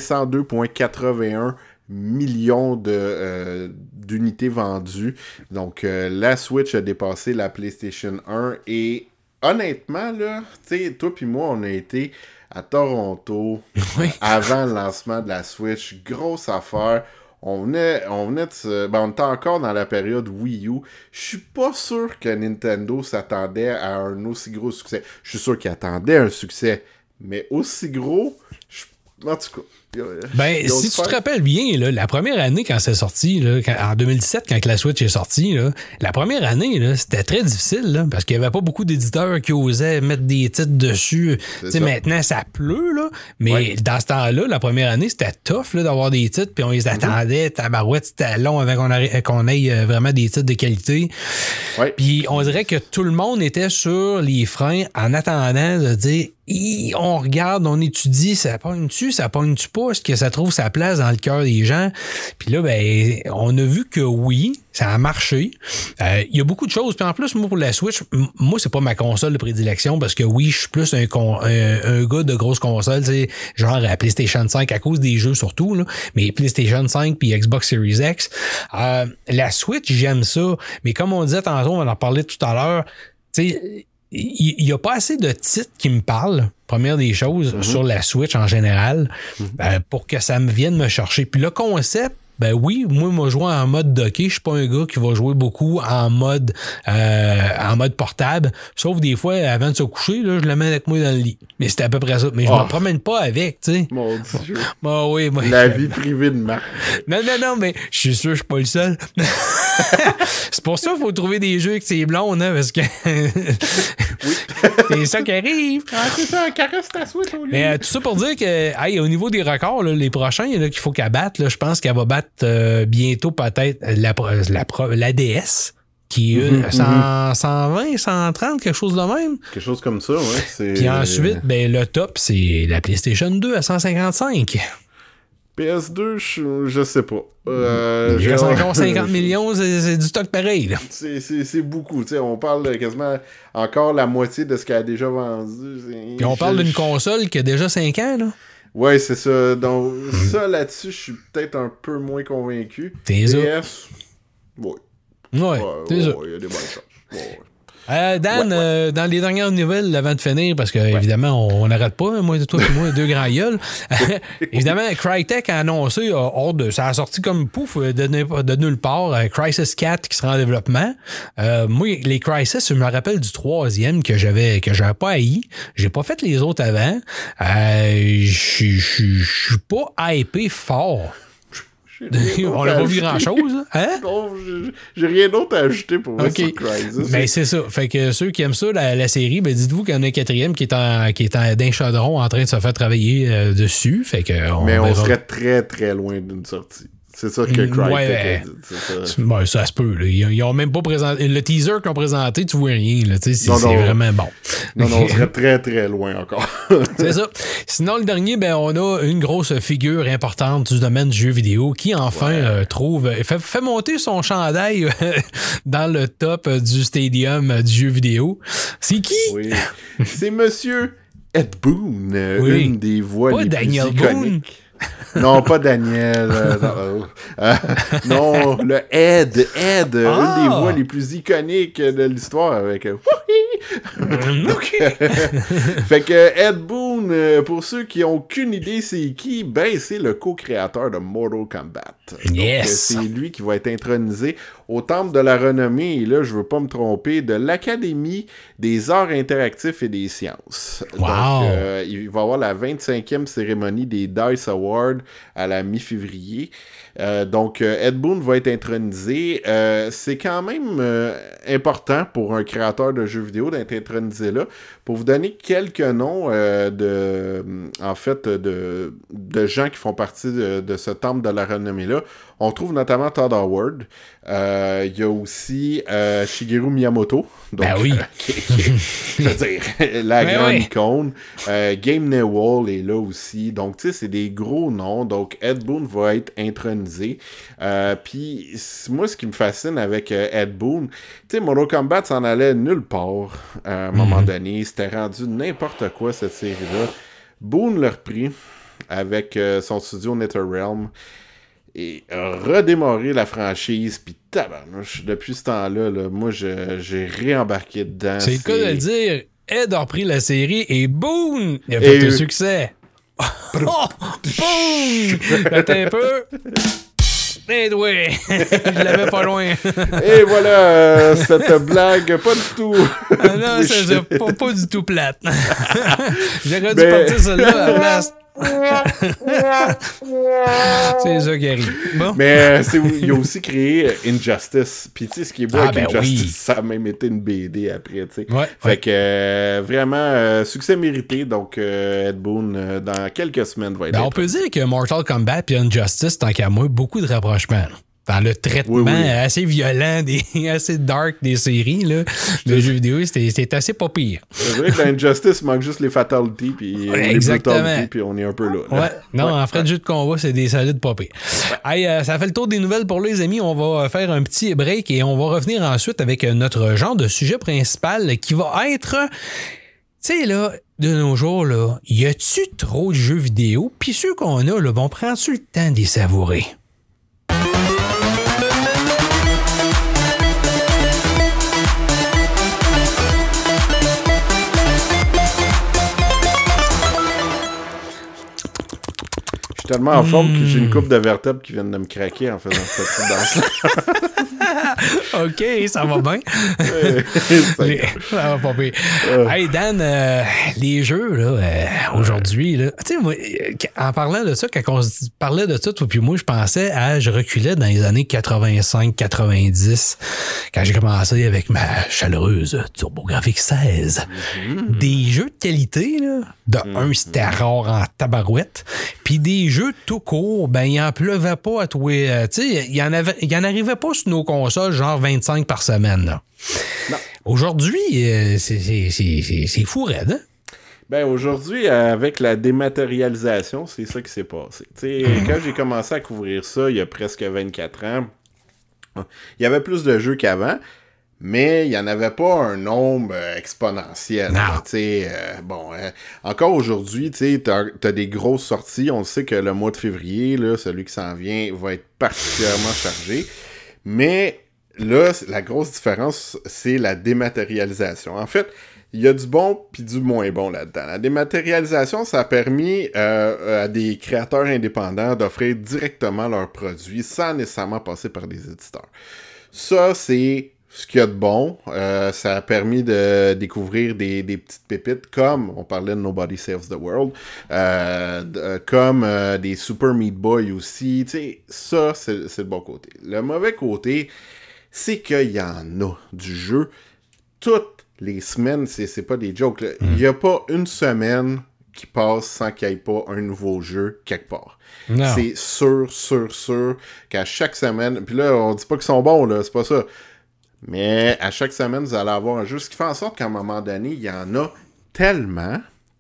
102,81 millions d'unités vendues. Donc, la Switch a dépassé la PlayStation 1 et honnêtement, là, tu sais, toi puis moi, on a été à Toronto avant le lancement de la Switch. Grosse affaire. On venait de on était encore dans la période Wii U. Je suis pas sûr que Nintendo s'attendait à un aussi gros succès. Je suis sûr qu'il attendait un succès, mais aussi gros, en tout cas. Ben, si tu te rappelles bien, là, la première année quand c'est sorti, là, en 2017, quand la Switch est sortie, là, la première année, là, c'était très difficile là, parce qu'il n'y avait pas beaucoup d'éditeurs qui osaient mettre des titres dessus. Maintenant, ça pleut, là, mais dans ce temps-là, la première année, c'était tough là, d'avoir des titres, puis on les attendait, tabarouette, c'était long avant qu'on ait vraiment des titres de qualité. Puis on dirait que tout le monde était sur les freins en attendant de dire on regarde, on étudie, ça pogne-tu pas, est-ce que ça trouve sa place dans le cœur des gens? Puis là, ben, on a vu que oui, ça a marché. Il y a beaucoup de choses. Puis en plus, moi, pour la Switch, moi, c'est pas ma console de prédilection parce que oui, je suis plus un gars de grosse console, tu sais, genre à PlayStation 5 à cause des jeux surtout, là, mais PlayStation 5 puis Xbox Series X. La Switch, j'aime ça, mais comme on disait tantôt, on en parlait tout à l'heure, tu sais, il n'y a pas assez de titres qui me parlent, première des choses, sur la Switch en général, pour que ça me vienne me chercher. Puis le concept, ben oui, moi, jouer en mode docké, je suis pas un gars qui va jouer beaucoup en mode portable, sauf des fois, avant de se coucher, là, je le mets avec moi dans le lit. Mais c'était à peu près ça. Mais je me promène pas avec, tu sais. Mon Dieu. Oui, la vie privée de Marc. Non, mais je suis sûr que je suis pas le seul. C'est pour ça qu'il faut trouver des jeux avec ses blondes, hein, parce que c'est ça qui arrive. C'est ça, caresse ta Switch au lit. Mais tout ça pour dire que, au niveau des records, là, les prochains là, qu'il faut qu'elle batte, là, je pense qu'elle va battre bientôt peut-être la DS. qui est 120, 130, quelque chose de même. Quelque chose comme ça, ouais. Puis ensuite, ben, le top, c'est la PlayStation 2 à 155. PS2, je sais pas. Il reste encore 50 millions, c'est du stock pareil. Là. C'est beaucoup. T'sais, on parle quasiment encore la moitié de ce qu'elle a déjà vendu. Puis on parle d'une console qui a déjà 5 ans. Là. Ouais, c'est ça. Donc, ça, là-dessus, je suis peut-être un peu moins convaincu. T'es ça? PS, ouais. Ouais, c'est ça. Il y a des bonnes choses. Ouais. Dan, dans les dernières nouvelles, avant de finir, parce que évidemment, on n'arrête pas, moi, toi et moi, deux grands gueules. Évidemment, Crytek a annoncé, ça a sorti comme pouf de nulle part, Crysis 4 qui sera en développement. Moi, les Crysis, je me rappelle du 3e que j'avais pas haï. J'ai pas fait les autres avant. Je suis pas hypé fort. On n'a pas vu grand-chose. Hein? Non, j'ai rien d'autre à ajouter pour moi sur Crysis. Ben, c'est ça. Fait que ceux qui aiment ça, la série, ben, dites-vous qu'il y en a un 4e qui est d'un chaudron en train de se faire travailler dessus. Fait que mais on serait très, très loin d'une sortie. C'est ça que Crytek a dit. Ben, ça se peut. Là. Ils ont même pas présenté. Le teaser qu'ils ont présenté, tu vois rien. Là. C'est vraiment bon. Non, on serait très, très loin encore. C'est ça. Sinon, le dernier, ben, on a une grosse figure importante du domaine du jeu vidéo qui, enfin, fait monter son chandail dans le top du stadium du jeu vidéo. C'est qui? Oui. C'est monsieur Ed Boon, une des voix les plus iconiques. Non, pas Daniel. Non, le Ed, une des voix les plus iconiques de l'histoire avec. Fait que Ed Boon, pour ceux qui n'ont aucune idée c'est qui, ben c'est le co-créateur de Mortal Kombat. Yes. Donc, c'est lui qui va être intronisé au Temple de la Renommée, et là, je veux pas me tromper, de l'Académie des Arts Interactifs et des Sciences. Wow. Donc, il va y avoir la 25e cérémonie des DICE Awards à la mi-février. Donc, Ed Boon va être intronisé. C'est quand même important pour un créateur de jeux vidéo d'être intronisé là. Pour vous donner quelques noms de gens qui font partie de ce temple de la renommée-là, on trouve notamment Todd Howard. Il y a aussi Shigeru Miyamoto. Donc, ben oui. Je veux dire, la grande icône. Game Newell est là aussi. Donc, tu sais, c'est des gros noms. Donc, Ed Boon va être intronisé. Puis, moi, ce qui me fascine avec Ed Boon, tu sais, Mortal Kombat s'en allait nulle part à un moment donné. C'était rendu n'importe quoi, cette série-là. Boon l'a repris avec son studio NetherRealm et a redémarré la franchise, puis tabarnouche, depuis ce temps-là, moi, j'ai réembarqué dedans. C'est le cas de le dire. Ed a repris la série et boum! Il a fait un succès. Oh! Boum! Attends un peu. Eh oui! Je l'avais pas loin. Et voilà, cette blague, pas du tout. Ah non, c'est pas du tout plate. J'aurais dû partir celle-là à la place. C'est ça qui arrive. Bon. Mais il a aussi créé Injustice. Puis tu sais, ce qui est beau avec Injustice, ça a même été une BD après, tu sais. Fait que vraiment, succès mérité. Donc, Ed Boon, dans quelques semaines, va être... on peut dire que Mortal Kombat et Injustice, tant qu'à moi, beaucoup de rapprochements. Dans le traitement assez violent, assez dark des séries, là, de jeux vidéo, c'était assez pas pire. C'est vrai que dans Injustice, il manque juste les fatalities, puis les brutalities, puis on est un peu là. Ouais. Non, en fait, de jeu de combat, c'est des solides pas pires. Hey, ça fait le tour des nouvelles pour les amis. On va faire un petit break et on va revenir ensuite avec notre genre de sujet principal qui va être... Tu sais, là, de nos jours, là, y a-tu trop de jeux vidéo? Puis ceux qu'on a, là, on prend-tu le temps d'y savourer? Je suis tellement en forme que j'ai une coupe de vertèbres qui viennent de me craquer en faisant cette petite danse-là. OK, ça va bien. Ça va pas bien. Hey Dan, les jeux, là, aujourd'hui, là, tu sais, moi, en parlant de ça, quand on parlait de ça, toi puis moi, je reculais dans les années 85-90, quand j'ai commencé avec ma chaleureuse TurboGrafx 16. Des jeux de qualité, là, un, c'était rare en tabarouette, puis des jeux tout court, ben, il en pleuvait pas à toi. Tu sais, il y en arrivait pas sur nos consoles console, genre 25 par semaine. Là. Non. Aujourd'hui, c'est fou raide, hein? Ben aujourd'hui, avec la dématérialisation, c'est ça qui s'est passé. Quand j'ai commencé à couvrir ça, il y a presque 24 ans, il y avait plus de jeux qu'avant, mais il n'y en avait pas un nombre exponentiel. Encore aujourd'hui, tu as des grosses sorties. On sait que le mois de février, là, celui qui s'en vient, va être particulièrement chargé. Mais là, la grosse différence, c'est la dématérialisation. En fait, il y a du bon puis du moins bon là-dedans. La dématérialisation, ça a permis à des créateurs indépendants d'offrir directement leurs produits sans nécessairement passer par des éditeurs. Ça, c'est ce qu'il y a de bon. Ça a permis de découvrir des petites pépites comme, on parlait de Nobody Saves the World, comme des Super Meat Boy aussi. Ça, c'est le bon côté. Le mauvais côté, c'est qu'il y en a du jeu toutes les semaines, c'est pas des jokes. Il n'y a pas une semaine qui passe sans qu'il n'y ait pas un nouveau jeu quelque part. Non. C'est sûr qu'à chaque semaine... Puis là, on dit pas qu'ils sont bons, là, c'est pas ça. Mais à chaque semaine, vous allez avoir un jeu. Ce qui fait en sorte qu'à un moment donné, il y en a tellement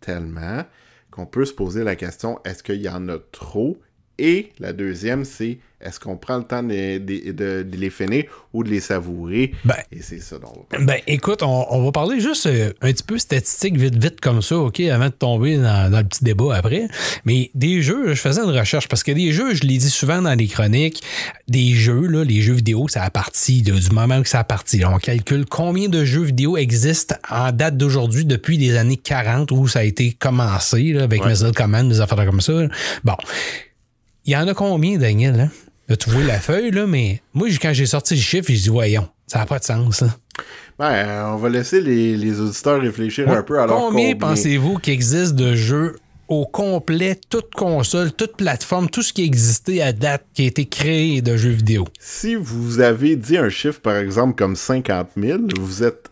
qu'on peut se poser la question, est-ce qu'il y en a trop? Et la deuxième, c'est est-ce qu'on prend le temps de les finir ou de les savourer? Et c'est ça dont on va parler. Ben, écoute, on va parler juste un petit peu statistique vite comme ça, OK, avant de tomber dans le petit débat après. Mais des jeux, je faisais une recherche parce que des jeux, je l'ai dit souvent dans les chroniques, des jeux, là, les jeux vidéo, ça a parti du moment que ça a parti. On calcule combien de jeux vidéo existent en date d'aujourd'hui depuis les années 40 où ça a été commencé là, avec Missile Command, des affaires comme ça. Bon. Il y en a combien, Daniel? Hein? Là, tu vois la feuille, là, mais moi, quand j'ai sorti le chiffre, j'ai dit, voyons, ça n'a pas de sens. Hein? Ben, on va laisser les auditeurs réfléchir un peu. Alors combien pensez-vous qu'il existe de jeux au complet, toute console, toute plateforme, tout ce qui existait à date, qui a été créé de jeux vidéo? Si vous avez dit un chiffre, par exemple, comme 50 000, vous êtes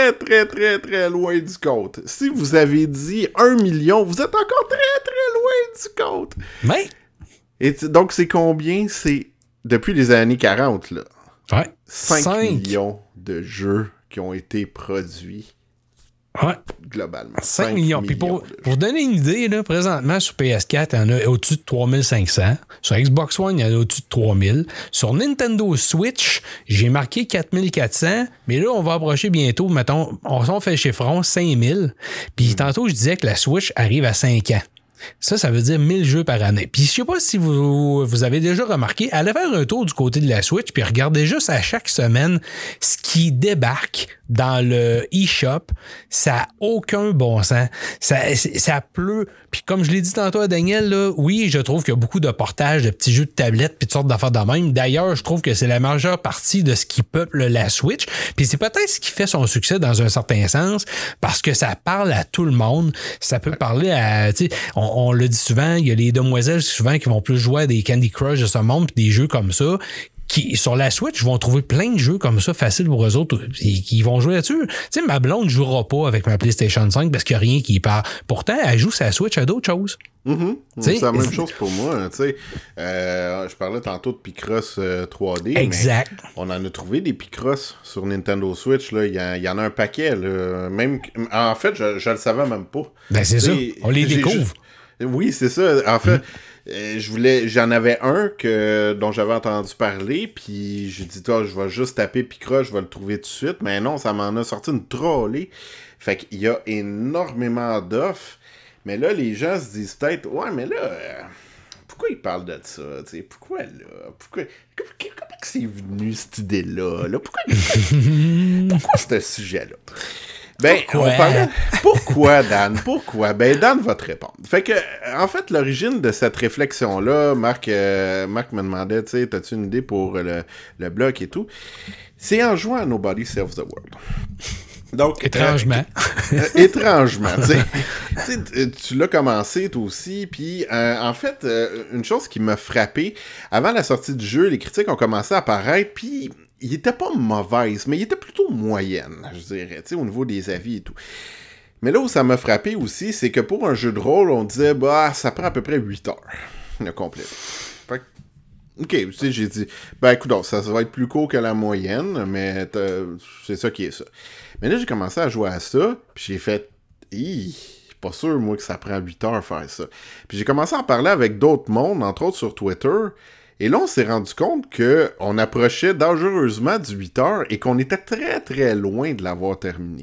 très loin du compte. Si vous avez dit 1 million, vous êtes encore très loin du compte. Mais... Et donc, c'est combien? C'est depuis les années 40, là. Ouais. 5 millions de jeux qui ont été produits. Ouais. Globalement. 5 millions. Puis pour vous donner une idée, là, présentement, sur PS4, il y en a au-dessus de 3500. Sur Xbox One, il y en a au-dessus de 3000. Sur Nintendo Switch, j'ai marqué 4400. Mais là, on va approcher bientôt, mettons, on fait le chiffron, 5000. Puis tantôt, je disais que la Switch arrive à 5 ans. Ça veut dire 1000 jeux par année. Puis je sais pas si vous avez déjà remarqué, allez faire un tour du côté de la Switch, puis regardez juste à chaque semaine ce qui débarque dans le eShop. Ça n'a aucun bon sens. Ça pleut. Puis comme je l'ai dit tantôt à Daniel, là, oui, je trouve qu'il y a beaucoup de portages, de petits jeux de tablette, puis de sortes d'affaires de même. D'ailleurs, je trouve que c'est la majeure partie de ce qui peuple la Switch. Puis c'est peut-être ce qui fait son succès dans un certain sens, parce que ça parle à tout le monde. Ça peut parler à... Tu sais, on le dit souvent, il y a les demoiselles souvent qui vont plus jouer à des Candy Crush de ce monde, puis des jeux comme ça, qui, sur la Switch, vont trouver plein de jeux comme ça faciles pour eux autres, et qui vont jouer là-dessus. Tu sais, ma blonde ne jouera pas avec ma PlayStation 5 parce qu'il n'y a rien qui y part. Pourtant, elle joue sa Switch à d'autres choses. Mm-hmm. C'est la même chose pour moi. Tu sais, je parlais tantôt de Picross 3D. Exact. Mais on en a trouvé des Picross sur Nintendo Switch. Là. Il y en a un paquet. Là. Même, en fait, je le savais même pas. Ben c'est ça. On les découvre. Oui, c'est ça. En fait, j'en avais un dont j'avais entendu parler, puis j'ai dit, je vais juste taper Picross, je vais le trouver tout de suite. Mais non, ça m'en a sorti une trollée. Fait qu'il y a énormément d'offres. Mais là, les gens se disent peut-être, ouais, mais là, pourquoi ils parlent de ça? T'sais? Pourquoi là? Comment c'est venu cette idée-là? Là? Pourquoi ce sujet-là? Ben, pourquoi? On parlait... Pourquoi, Dan? Pourquoi? Ben, Dan va te répondre. Fait que, en fait, l'origine de cette réflexion-là, Marc me demandait, tu sais, t'as-tu une idée pour le blog et tout? C'est en jouant à Nobody Saves the World. Donc, étrangement. Étrangement. Tu l'as commencé, toi aussi. Puis, en fait, une chose qui m'a frappé, avant la sortie du jeu, les critiques ont commencé à apparaître, puis... il était pas mauvaise, mais il était plutôt moyenne, je dirais, tu sais, au niveau des avis et tout. Mais là où ça m'a frappé aussi, c'est que pour un jeu de rôle, on disait, ça prend à peu près 8 heures, le complet. Fait que OK, tu sais, j'ai dit, ben écoute, ça va être plus court que la moyenne, mais c'est ça qui est ça. Mais là, j'ai commencé à jouer à ça, puis j'ai fait, je suis pas sûr, moi, que ça prend 8 heures à faire ça. Puis j'ai commencé à en parler avec d'autres mondes, entre autres sur Twitter, et là, on s'est rendu compte qu'on approchait dangereusement du 8 heures et qu'on était très, très loin de l'avoir terminé.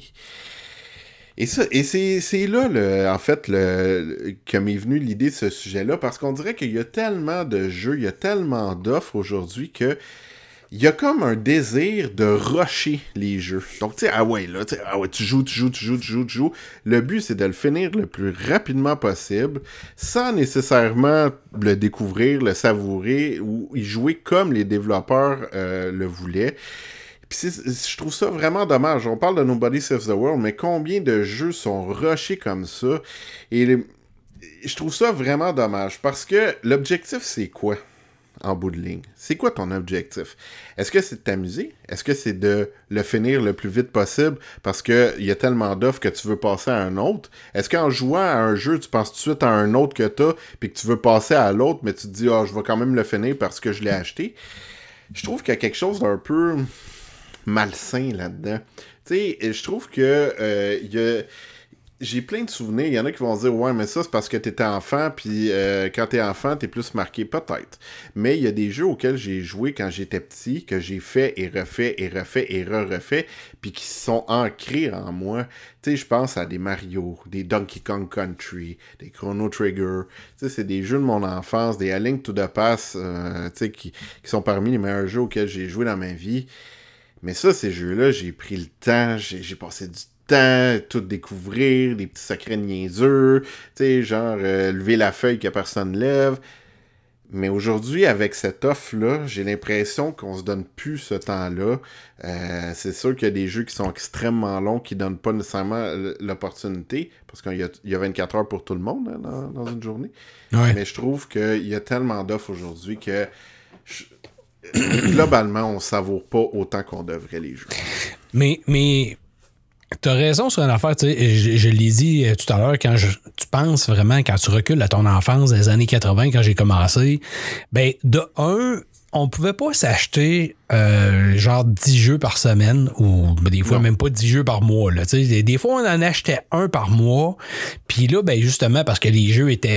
Et c'est là, en fait, que m'est venue l'idée de ce sujet-là, parce qu'on dirait qu'il y a tellement de jeux, il y a tellement d'offres aujourd'hui que il y a comme un désir de rusher les jeux. Donc, tu sais, tu joues. Le but, c'est de le finir le plus rapidement possible, sans nécessairement le découvrir, le savourer, ou y jouer comme les développeurs le voulaient. Puis je trouve ça vraiment dommage. On parle de Nobody Saves the World, mais combien de jeux sont rushés comme ça? Et je trouve ça vraiment dommage, parce que l'objectif, c'est quoi? En bout de ligne. C'est quoi ton objectif? Est-ce que c'est de t'amuser? Est-ce que c'est de le finir le plus vite possible parce qu'il y a tellement d'offres que tu veux passer à un autre? Est-ce qu'en jouant à un jeu, tu penses tout de suite à un autre que t'as puis que tu veux passer à l'autre, mais tu te dis « Ah, je vais quand même le finir parce que je l'ai acheté? » Je trouve qu'il y a quelque chose d'un peu malsain là-dedans. Tu sais, je trouve que j'ai plein de souvenirs. Il y en a qui vont dire « Ouais, mais ça, c'est parce que t'étais enfant, puis quand t'es enfant, t'es plus marqué. » Peut-être. Mais il y a des jeux auxquels j'ai joué quand j'étais petit, que j'ai fait et refait et refait et re-refait, puis qui sont ancrés en moi. Tu sais, je pense à des Mario, des Donkey Kong Country, des Chrono Trigger. Tu sais, c'est des jeux de mon enfance, des A Link to the Past, tu sais, qui sont parmi les meilleurs jeux auxquels j'ai joué dans ma vie. Mais ça, ces jeux-là, j'ai pris le temps, j'ai passé du temps, tout découvrir, des petits secrets niaiseux, tu sais, genre lever la feuille que personne lève. Mais aujourd'hui, avec cette offre-là, j'ai l'impression qu'on se donne plus ce temps-là. C'est sûr qu'il y a des jeux qui sont extrêmement longs, qui donnent pas nécessairement l'opportunité, parce qu'il y a 24 heures pour tout le monde hein, dans une journée. Ouais. Mais je trouve qu'il y a tellement d'offres aujourd'hui que globalement, on savoure pas autant qu'on devrait les jeux. Mais t'as raison sur une affaire, tu sais, je l'ai dit tout à l'heure, tu penses vraiment, quand tu recules à ton enfance des années 80, quand j'ai commencé, ben, de un, on pouvait pas s'acheter genre 10 jeux par semaine ou des fois même pas 10 jeux par mois. Là, des fois, on en achetait un par mois. Puis là, ben justement, parce que les jeux étaient...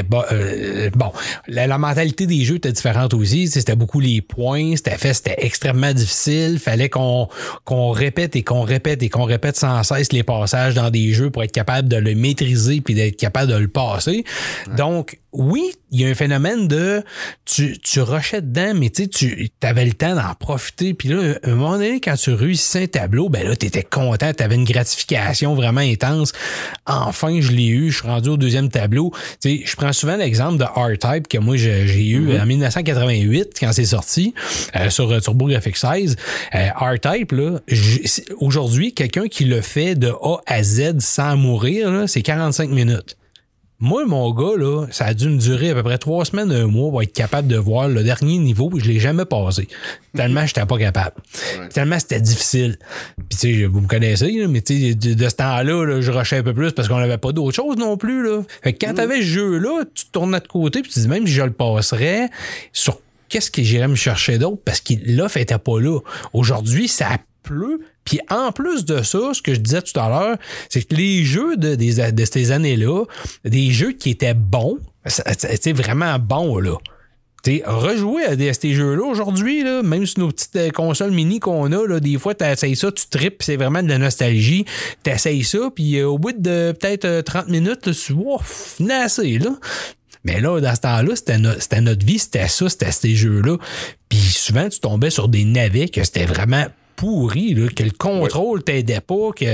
la mentalité des jeux était différente aussi. C'était beaucoup les points. C'était extrêmement difficile. Fallait qu'on répète et qu'on répète et qu'on répète sans cesse les passages dans des jeux pour être capable de le maîtriser puis d'être capable de le passer. Ouais. Donc, oui, il y a un phénomène de... Tu rushais dedans, mais tu avais le temps d'en profiter. Puis là, à un moment donné, quand tu réussissais un tableau, ben là, t'étais content, t'avais une gratification vraiment intense. Enfin, je l'ai eu, je suis rendu au deuxième tableau. Tu sais, je prends souvent l'exemple de R-Type que moi, j'ai eu en 1988, quand c'est sorti, sur TurboGrafx 16. R-Type, là, aujourd'hui, quelqu'un qui le fait de A à Z sans mourir, là, c'est 45 minutes. Moi, mon gars, là, ça a dû me durer à peu près 3 semaines, 1 mois pour être capable de voir le dernier niveau, puis je l'ai jamais passé. Tellement j'étais pas capable. Ouais. Tellement c'était difficile. Puis tu sais, vous me connaissez, là, mais tu sais, de ce temps-là, là, je rushais un peu plus parce qu'on n'avait pas d'autre chose non plus, là. Fait que quand t'avais ce jeu-là, tu te tournais de côté, puis tu dis même si je le passerais, sur qu'est-ce que j'irais me chercher d'autre? Parce que l'offre était pas là. Aujourd'hui, ça pleut. Puis en plus de ça, ce que je disais tout à l'heure, c'est que les jeux de ces années-là, des jeux qui étaient bons, c'est vraiment bon, là. T'sais, rejouer à ces jeux-là aujourd'hui, là, même sur nos petites consoles mini qu'on a, là, des fois, t'essayes ça, tu tripes, c'est vraiment de la nostalgie. T'essayes ça, puis au bout de peut-être 30 minutes, là, tu vois, assez, là. Mais là, dans ce temps-là, c'était notre vie, c'était ça, c'était ces jeux-là. Puis souvent, tu tombais sur des navets que c'était vraiment pourri, là, que le contrôle t'aidait pas, que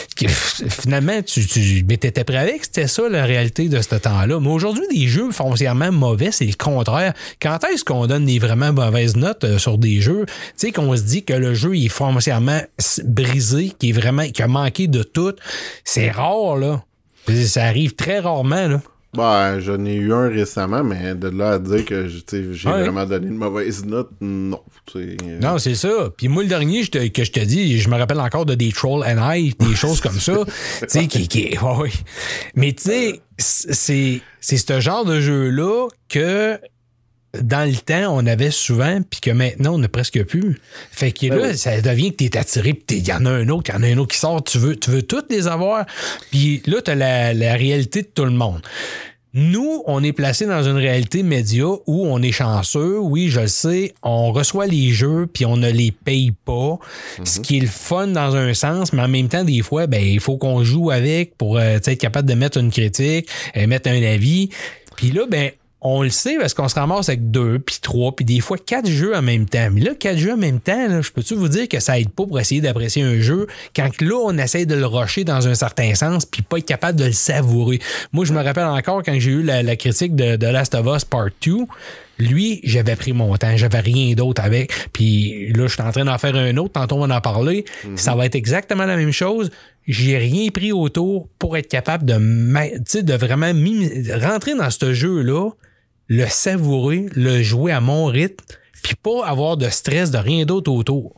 finalement, mais t'étais prêt avec, c'était ça la réalité de ce temps-là. Mais aujourd'hui, des jeux foncièrement mauvais, c'est le contraire. Quand est-ce qu'on donne des vraiment mauvaises notes sur des jeux? Tu sais, qu'on se dit que le jeu est foncièrement brisé, qui a manqué de tout. C'est rare, là. Ça arrive très rarement, là. Ben, j'en ai eu un récemment, mais de là à dire que j'ai vraiment donné une mauvaise note, non. Non, c'est ça. Puis moi, le dernier que je te dis, je me rappelle encore de des Troll and I, des choses comme ça. Tu sais, ouais. Mais tu sais, c'est ce genre de jeu-là que dans le temps, on avait souvent, puis que maintenant, on n'a presque plus. Fait que là, ça devient que tu es attiré, puis il y en a un autre qui sort, tu veux toutes les avoir. Puis là, tu as la réalité de tout le monde. Nous, on est placé dans une réalité média où on est chanceux. Oui, je le sais, on reçoit les jeux puis on ne les paye pas. Ce qui est le fun dans un sens, mais en même temps, des fois, il faut qu'on joue avec pour être capable de mettre une critique, mettre un avis. Puis là, on le sait parce qu'on se ramasse avec 2, puis 3, puis des fois 4 jeux en même temps. Mais là, 4 jeux en même temps, là, je peux-tu vous dire que ça aide pas pour essayer d'apprécier un jeu quand là, on essaie de le rusher dans un certain sens puis pas être capable de le savourer. Moi, je me rappelle encore quand j'ai eu la critique de Last of Us Part 2, lui, j'avais pris mon temps, j'avais rien d'autre avec. Puis là, je suis en train d'en faire un autre, tantôt on va en parler. Ça va être exactement la même chose. J'ai rien pris autour pour être capable de vraiment rentrer dans ce jeu-là, le savourer, le jouer à mon rythme, puis pas avoir de stress de rien d'autre autour.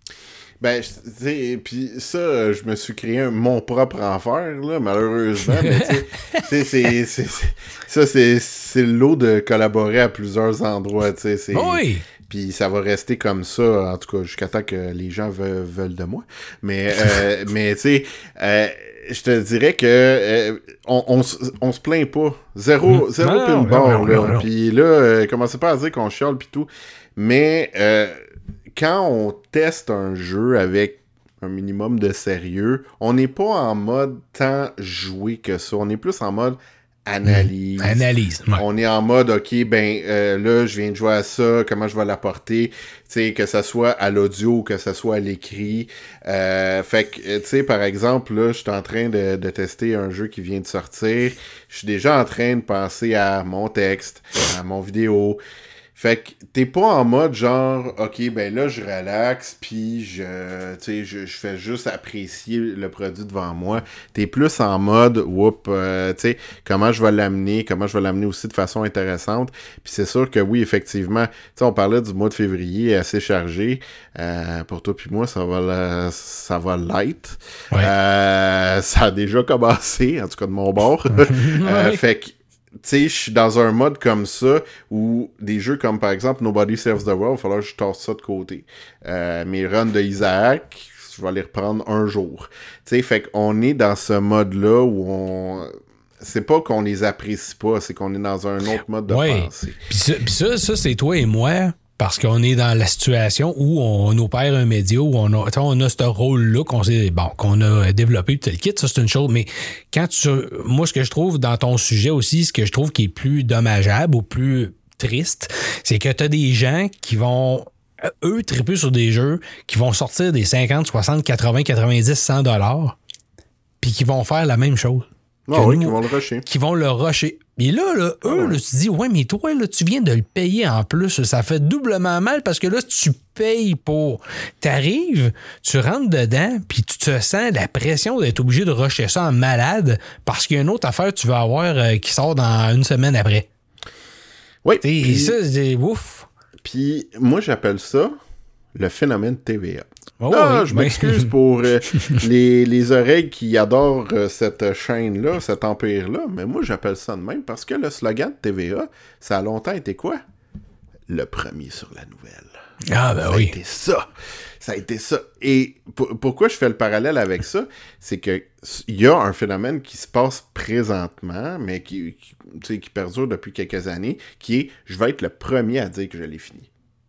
Puis ça, je me suis créé mon propre enfer, là, malheureusement. Mais c'est l'eau de collaborer à plusieurs endroits, tu sais. Oui! Puis ça va rester comme ça, en tout cas, jusqu'à temps que les gens veulent de moi. Mais tu sais, je te dirais que on se plaint pas. Zéro pinball, là. Puis là, commencez pas à dire qu'on chiale pis tout. Mais quand on teste un jeu avec un minimum de sérieux, on n'est pas en mode tant jouer que ça. On est plus en mode analyse. Ouais. On est en mode, OK, là, je viens de jouer à ça, comment je vais l'apporter, tu sais, que ça soit à l'audio ou que ça soit à l'écrit. Fait que, tu sais, par exemple, là, je suis en train de tester un jeu qui vient de sortir. Je suis déjà en train de penser à mon texte, à mon vidéo. Fait que t'es pas en mode genre, OK, là, je relaxe, puis je fais juste apprécier le produit devant moi. T'es plus en mode, tu sais, comment je vais l'amener aussi de façon intéressante. Puis c'est sûr que oui, effectivement, tu sais, on parlait du mois de février assez chargé. Pour toi puis moi, ça va light. Ouais. Ça a déjà commencé, en tout cas de mon bord. Fait que, tu sais, je suis dans un mode comme ça où des jeux comme par exemple Nobody Saves the World, il va falloir que je tasse ça de côté. Mes runs de Isaac, je vais les reprendre un jour. Tu sais, fait qu'on est dans ce mode-là où c'est pas qu'on les apprécie pas, c'est qu'on est dans un autre mode de pensée. Puis ça, c'est toi et moi. Parce qu'on est dans la situation où on opère un média, où on a ce rôle-là qu'on a développé, puis le kit, ça c'est une chose. Mais moi, ce que je trouve dans ton sujet aussi, ce que je trouve qui est plus dommageable ou plus triste, c'est que tu as des gens qui vont, eux, triper sur des jeux, qui vont sortir des 50, 60, 80, 90, 100 $, puis qui vont faire la même chose. Qui vont le rusher. Qui vont le rusher. Et là, eux, là, tu te dis, ouais, mais toi, là, tu viens de le payer en plus. Ça fait doublement mal parce que là, tu payes pour. T'arrives, tu rentres dedans, puis tu te sens la pression d'être obligé de rusher ça en malade parce qu'il y a une autre affaire que tu vas avoir qui sort dans une semaine après. Oui. Et ça, c'est ouf. Puis moi, j'appelle ça le phénomène TVA. Je m'excuse pour les oreilles qui adorent cette chaîne-là, cet empire-là, mais moi, j'appelle ça de même parce que le slogan de TVA, ça a longtemps été quoi? Le premier sur la nouvelle. Ah, ben oui. Ça a été ça. Et pourquoi je fais le parallèle avec ça? C'est que il y a un phénomène qui se passe présentement, mais qui perdure depuis quelques années, qui est « je vais être le premier à dire que je l'ai fini ».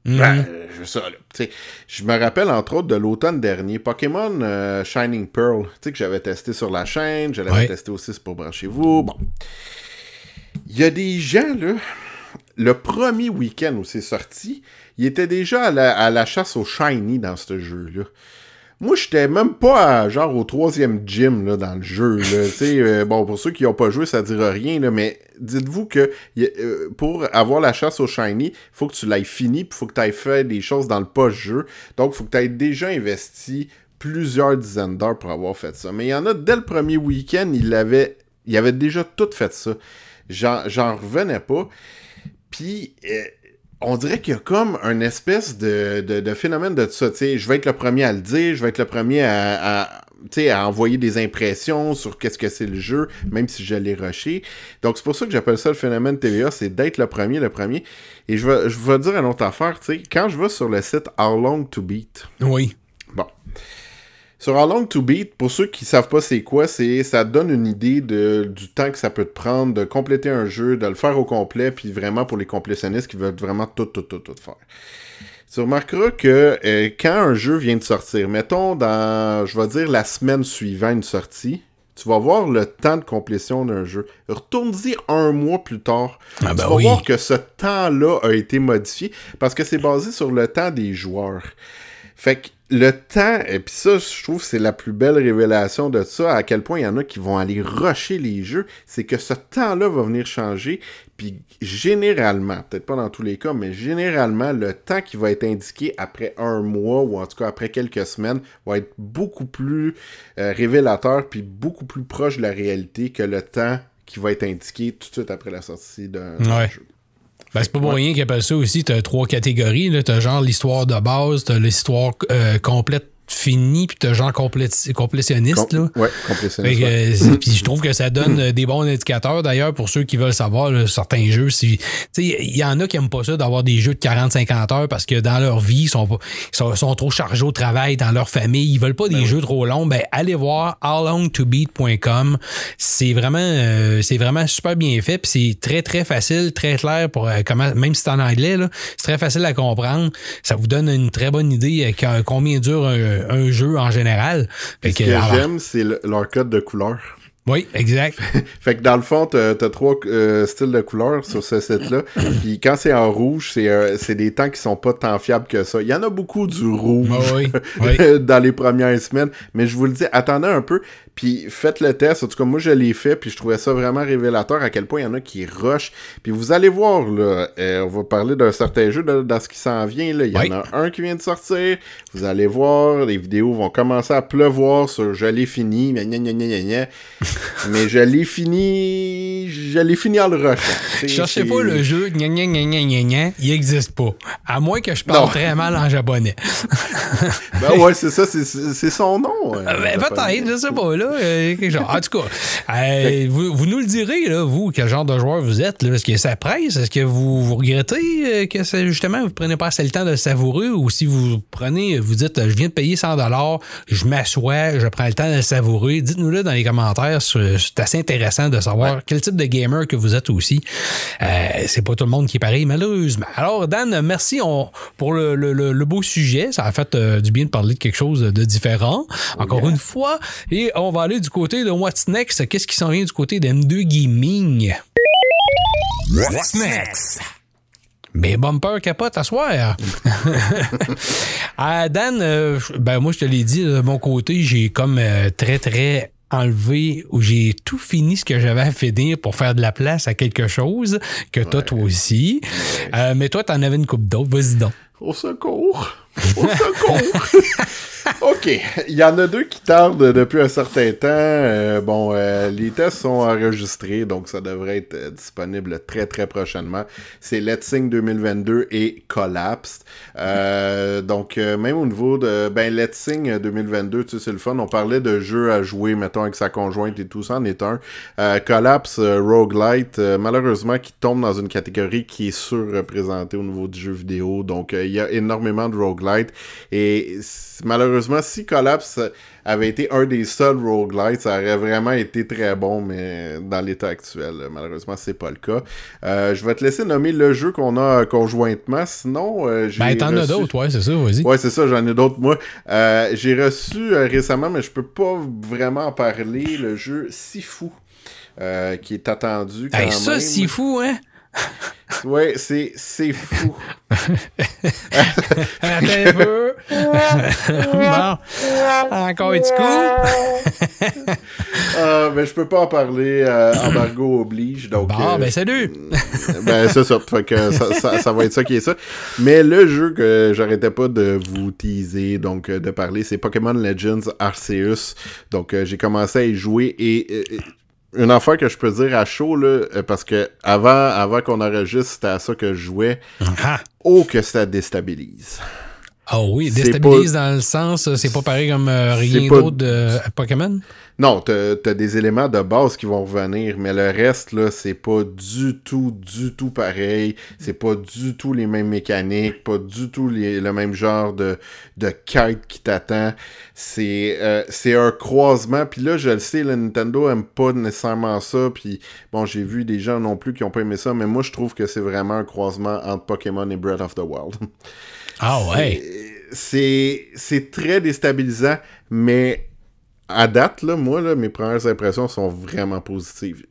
Je me rappelle entre autres de l'automne dernier, Pokémon Shining Pearl, que j'avais testé sur la chaîne, je l'avais testé aussi pour Branchez-vous. Bon. Il y a des gens, là, le premier week-end où c'est sorti, il était déjà à la chasse au Shiny dans ce jeu-là. Moi, j'étais même pas genre au 3e gym là, dans le jeu. Là. Pour ceux qui n'ont pas joué, ça ne dira rien, là, mais dites-vous que pour avoir la chasse au Shiny, il faut que tu l'aies fini, puis il faut que tu aies fait des choses dans le post-jeu. Donc, il faut que tu aies déjà investi plusieurs dizaines d'heures pour avoir fait ça. Mais il y en a, dès le premier week-end, il avait déjà tout fait ça. J'en revenais pas. Puis... on dirait qu'il y a comme une espèce de phénomène de ça. Je vais être le premier à le dire, je vais être le premier à à envoyer des impressions sur qu'est-ce que c'est le jeu, même si je l'ai rushé. Donc, c'est pour ça que j'appelle ça le phénomène TVA, c'est d'être le premier. Et je vais dire une autre affaire, tu sais, quand je vais sur le site How Long to Beat. Oui. Bon. Sur How Long to Beat, pour ceux qui savent pas c'est quoi, ça donne une idée du temps que ça peut te prendre de compléter un jeu, de le faire au complet, puis vraiment pour les complétionnistes qui veulent vraiment tout faire. Tu remarqueras que quand un jeu vient de sortir, mettons dans, je vais dire, la semaine suivant une sortie, tu vas voir le temps de complétion d'un jeu. Retourne-y un mois plus tard. Tu vas voir que ce temps-là a été modifié parce que c'est basé sur le temps des joueurs. Fait que le temps, et puis ça, je trouve que c'est la plus belle révélation de ça, à quel point il y en a qui vont aller rusher les jeux, c'est que ce temps-là va venir changer, puis généralement, peut-être pas dans tous les cas, mais généralement, le temps qui va être indiqué après un mois, ou en tout cas après quelques semaines, va être beaucoup plus révélateur, puis beaucoup plus proche de la réalité que le temps qui va être indiqué tout de suite après la sortie d'un jeu. Ben, c'est pas pour rien qu'ils appellent ça aussi. T'as 3 catégories. Là. T'as genre l'histoire de base, t'as l'histoire complète finie, puis t'as genre complétionniste. Là. Ouais, complétionniste. Puis je trouve que ça donne des bons indicateurs, d'ailleurs, pour ceux qui veulent savoir là, certains jeux. Il y en a qui aiment pas ça d'avoir des jeux de 40-50 heures parce que dans leur vie, ils sont trop chargés au travail, dans leur famille. Ils veulent pas des jeux trop longs. Ben, allez voir howlongtobeat.com. C'est vraiment super bien fait, puis c'est très, très facile, très clair pour comment, même si c'est en anglais, là, c'est très facile à comprendre. Ça vous donne une très bonne idée combien dure un jeu en général. Ce que j'aime, c'est leur code de couleur. Oui, exact. Fait que dans le fond, t'as 3 styles de couleurs sur ce site-là. Puis quand c'est en rouge, c'est des temps qui sont pas tant fiables que ça. Il y en a beaucoup du rouge dans les premières semaines. Mais je vous le dis, attendez un peu. Puis faites le test. En tout cas, moi, je l'ai fait. Puis je trouvais ça vraiment révélateur à quel point il y en a qui rushent. Puis vous allez voir, là, on va parler d'un certain jeu dans ce qui s'en vient. Là. Il y en a un qui vient de sortir. Vous allez voir, les vidéos vont commencer à pleuvoir sur « je l'ai fini ». Mais je l'ai fini en le rush. Cherchez pas le jeu, il existe pas. À moins que je parle très mal en japonais. Ben ouais, c'est ça, c'est son nom. Peut-être, je sais pas, là. En tout cas, vous nous le direz, là, vous, quel genre de joueur vous êtes, là. Est-ce que ça presse? Est-ce que vous regrettez que justement, vous prenez pas assez le temps de le savourer, ou si vous dites, je viens de payer 100$, je m'assois, je prends le temps de le savourer. Dites-nous-le dans les commentaires. C'est assez intéressant de savoir quel type de gamer que vous êtes aussi. C'est pas tout le monde qui est pareil, malheureusement. Alors, Dan, merci pour le beau sujet. Ça a fait du bien de parler de quelque chose de différent. Encore une fois. Et on va aller du côté de What's Next. Qu'est-ce qui s'en vient du côté d'M2 Gaming? What's Next? Mais bumper capote à soir. Dan, moi, je te l'ai dit, de mon côté, j'ai comme très, très enlevé, où j'ai tout fini ce que j'avais à finir pour faire de la place à quelque chose que toi aussi. Mais toi, t'en avais une couple d'autres. Vas-y donc. Au secours! Au secours! OK. Il y en a 2 qui tardent depuis un certain temps. Les tests sont enregistrés, donc ça devrait être disponible très, très prochainement. C'est Let's Sing 2022 et Collapsed. Même au niveau de Let's Sing 2022, tu sais, c'est le fun. On parlait de jeux à jouer, mettons, avec sa conjointe et tout ça, en est un. Collapse, Roguelite, malheureusement, qui tombe dans une catégorie qui est surreprésentée au niveau du jeu vidéo. Donc, il y a énormément de roguelite. Et malheureusement, si Collapse avait été un des seuls roguelites, ça aurait vraiment été très bon, mais dans l'état actuel, malheureusement, c'est pas le cas. Je vais te laisser nommer le jeu qu'on a conjointement, sinon... t'en as d'autres, c'est ça, vas-y. Ouais, c'est ça, j'en ai d'autres, moi. J'ai reçu récemment, mais je peux pas vraiment en parler, le jeu Sifu, qui est attendu quand même. Ça, Sifu, hein? Ouais, c'est fou. Attends un peu. Bon. Encore un petit coup. Je peux pas en parler. Embargo oblige. Donc, salut. C'est ça. Fait que ça va être ça qui est ça. Mais le jeu que j'arrêtais pas de vous teaser, donc de parler, c'est Pokémon Legends Arceus. Donc, j'ai commencé à y jouer et... une affaire que je peux dire à chaud, là, parce que avant qu'on enregistre, c'était à ça que je jouais. Oh, que ça déstabilise. Ah oui, déstabilise dans le sens, c'est pas pareil comme rien d'autre de Pokémon? Non, t'as des éléments de base qui vont revenir, mais le reste, là, c'est pas du tout pareil. C'est pas du tout les mêmes mécaniques, pas du tout le même genre de quête qui t'attend. C'est un croisement, puis là, je le sais, le Nintendo aime pas nécessairement ça, puis bon, j'ai vu des gens non plus qui ont pas aimé ça, mais moi, je trouve que c'est vraiment un croisement entre Pokémon et Breath of the Wild. Ah ouais! C'est très déstabilisant, mais à date, là, moi, là, mes premières impressions sont vraiment positives.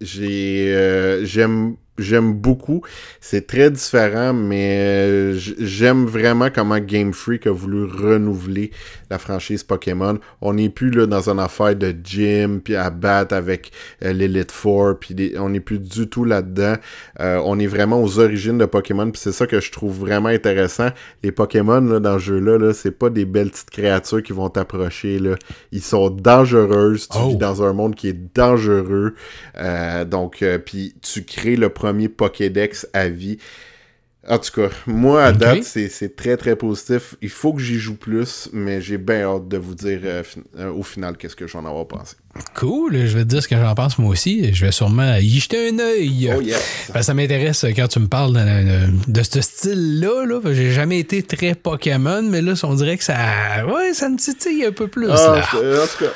J'aime beaucoup. C'est très différent, mais j'aime vraiment comment Game Freak a voulu renouveler la franchise Pokémon. On n'est plus là dans une affaire de gym, puis à battre avec l'Elite Four, puis on n'est plus du tout là-dedans. On est vraiment aux origines de Pokémon, puis c'est ça que je trouve vraiment intéressant. Les Pokémon là, dans ce jeu-là, là, c'est pas des belles petites créatures qui vont t'approcher. Là. Ils sont dangereuses. Tu vis dans un monde qui est dangereux. Donc, puis tu crées le premier Pokédex à vie. En tout cas, moi, à date, c'est très, très positif. Il faut que j'y joue plus, mais j'ai bien hâte de vous dire au final qu'est-ce que j'en avoir pensé. Cool, je vais te dire ce que j'en pense moi aussi. Je vais sûrement y jeter un œil. Oh yes! Ça m'intéresse quand tu me parles de ce style-là. Là. J'ai jamais été très Pokémon, mais là, on dirait que ça me titille un peu plus. Là. En tout cas,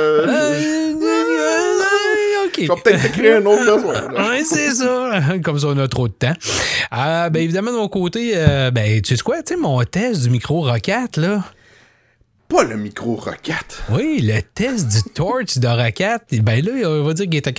Okay. Je vais peut-être créer un autre besoin. Oui, c'est ça. Comme ça, on a trop de temps. Ben évidemment, de mon côté, tu sais quoi, mon test du micro Rocket, là. Pas le micro Rocket. Oui, le test du Torch de Rocket, ben là, on va dire qu'il est à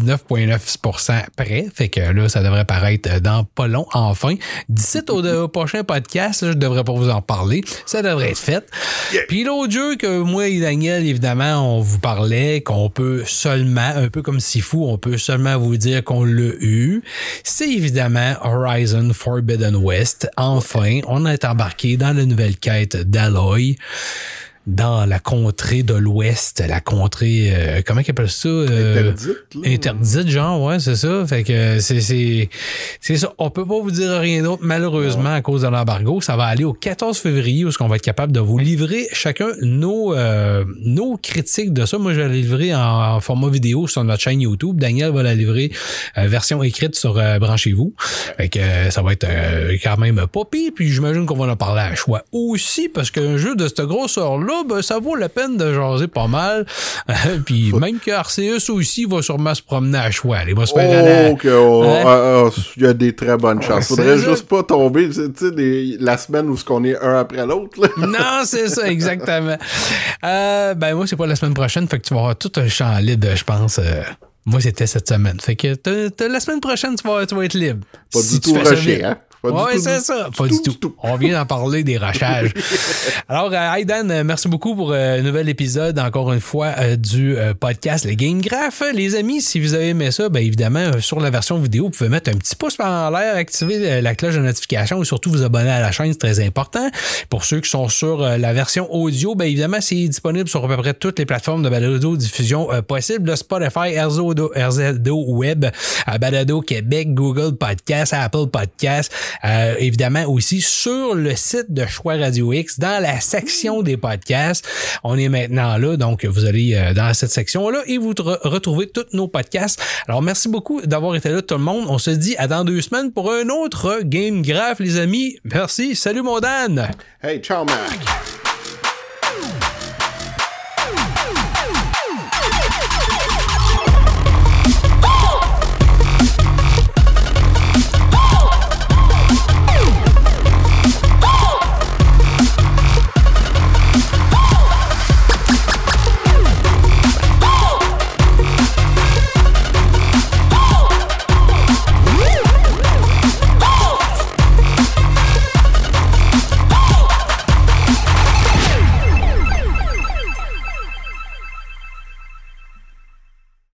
99,9% prêt. Fait que là, ça devrait paraître dans pas long, enfin. D'ici au prochain podcast, là, je devrais pas vous en parler. Ça devrait être fait. Yeah. Puis l'autre jeu que moi et Daniel, évidemment, on vous parlait, qu'on peut seulement, un peu comme Sifu, on peut seulement vous dire qu'on l'a eu. C'est évidemment Horizon Forbidden West. Enfin, on est embarqué dans la nouvelle quête d'Aloy. Dans la contrée de l'Ouest, la contrée, comment ils appellent ça? Interdite, genre, ouais, c'est ça. Fait que c'est ça. On peut pas vous dire rien d'autre, malheureusement, à cause de l'embargo. Ça va aller au 14 février où on va être capable de vous livrer chacun nos critiques de ça. Moi, je vais la livrer en format vidéo sur notre chaîne YouTube. Daniel va la livrer version écrite sur Branchez-vous. Fait que ça va être quand même pas pire. Puis j'imagine qu'on va en parler à choix aussi, parce qu'un jeu de cette grosseur-là, ben, ça vaut la peine de jaser pas mal. Puis même que Arceus aussi va sûrement se promener à cheval. Il va se faire il y a des très bonnes chances. Faudrait juste pas tomber la semaine où on est un après l'autre. Là. Non, c'est ça, exactement. Ben moi, c'est pas la semaine prochaine, fait que tu vas avoir tout un champ libre, je pense. Moi, c'était cette semaine. Fait que la semaine prochaine, tu vas être libre. Pas du tout rushé, hein? Oui, c'est ça. Pas du tout. On vient d'en parler des rushages. Alors, Aidan, merci beaucoup pour un nouvel épisode, encore une fois, du podcast Le Game Graph. Les amis, si vous avez aimé ça, bien évidemment, sur la version vidéo, vous pouvez mettre un petit pouce en l'air, activer la cloche de notification et surtout vous abonner à la chaîne, c'est très important. Pour ceux qui sont sur la version audio, bien évidemment, c'est disponible sur à peu près toutes les plateformes de balado-diffusion possibles, Spotify, RZO Web, Balado Québec, Google Podcast, Apple Podcast. Évidemment aussi sur le site de Choix Radio X dans la section des podcasts. On est maintenant là, donc vous allez dans cette section-là et vous retrouvez tous nos podcasts. Alors merci beaucoup d'avoir été là tout le monde. On se dit à dans 2 semaines pour un autre Game Graph, les amis. Merci. Salut mon Dan. Hey, ciao Mac.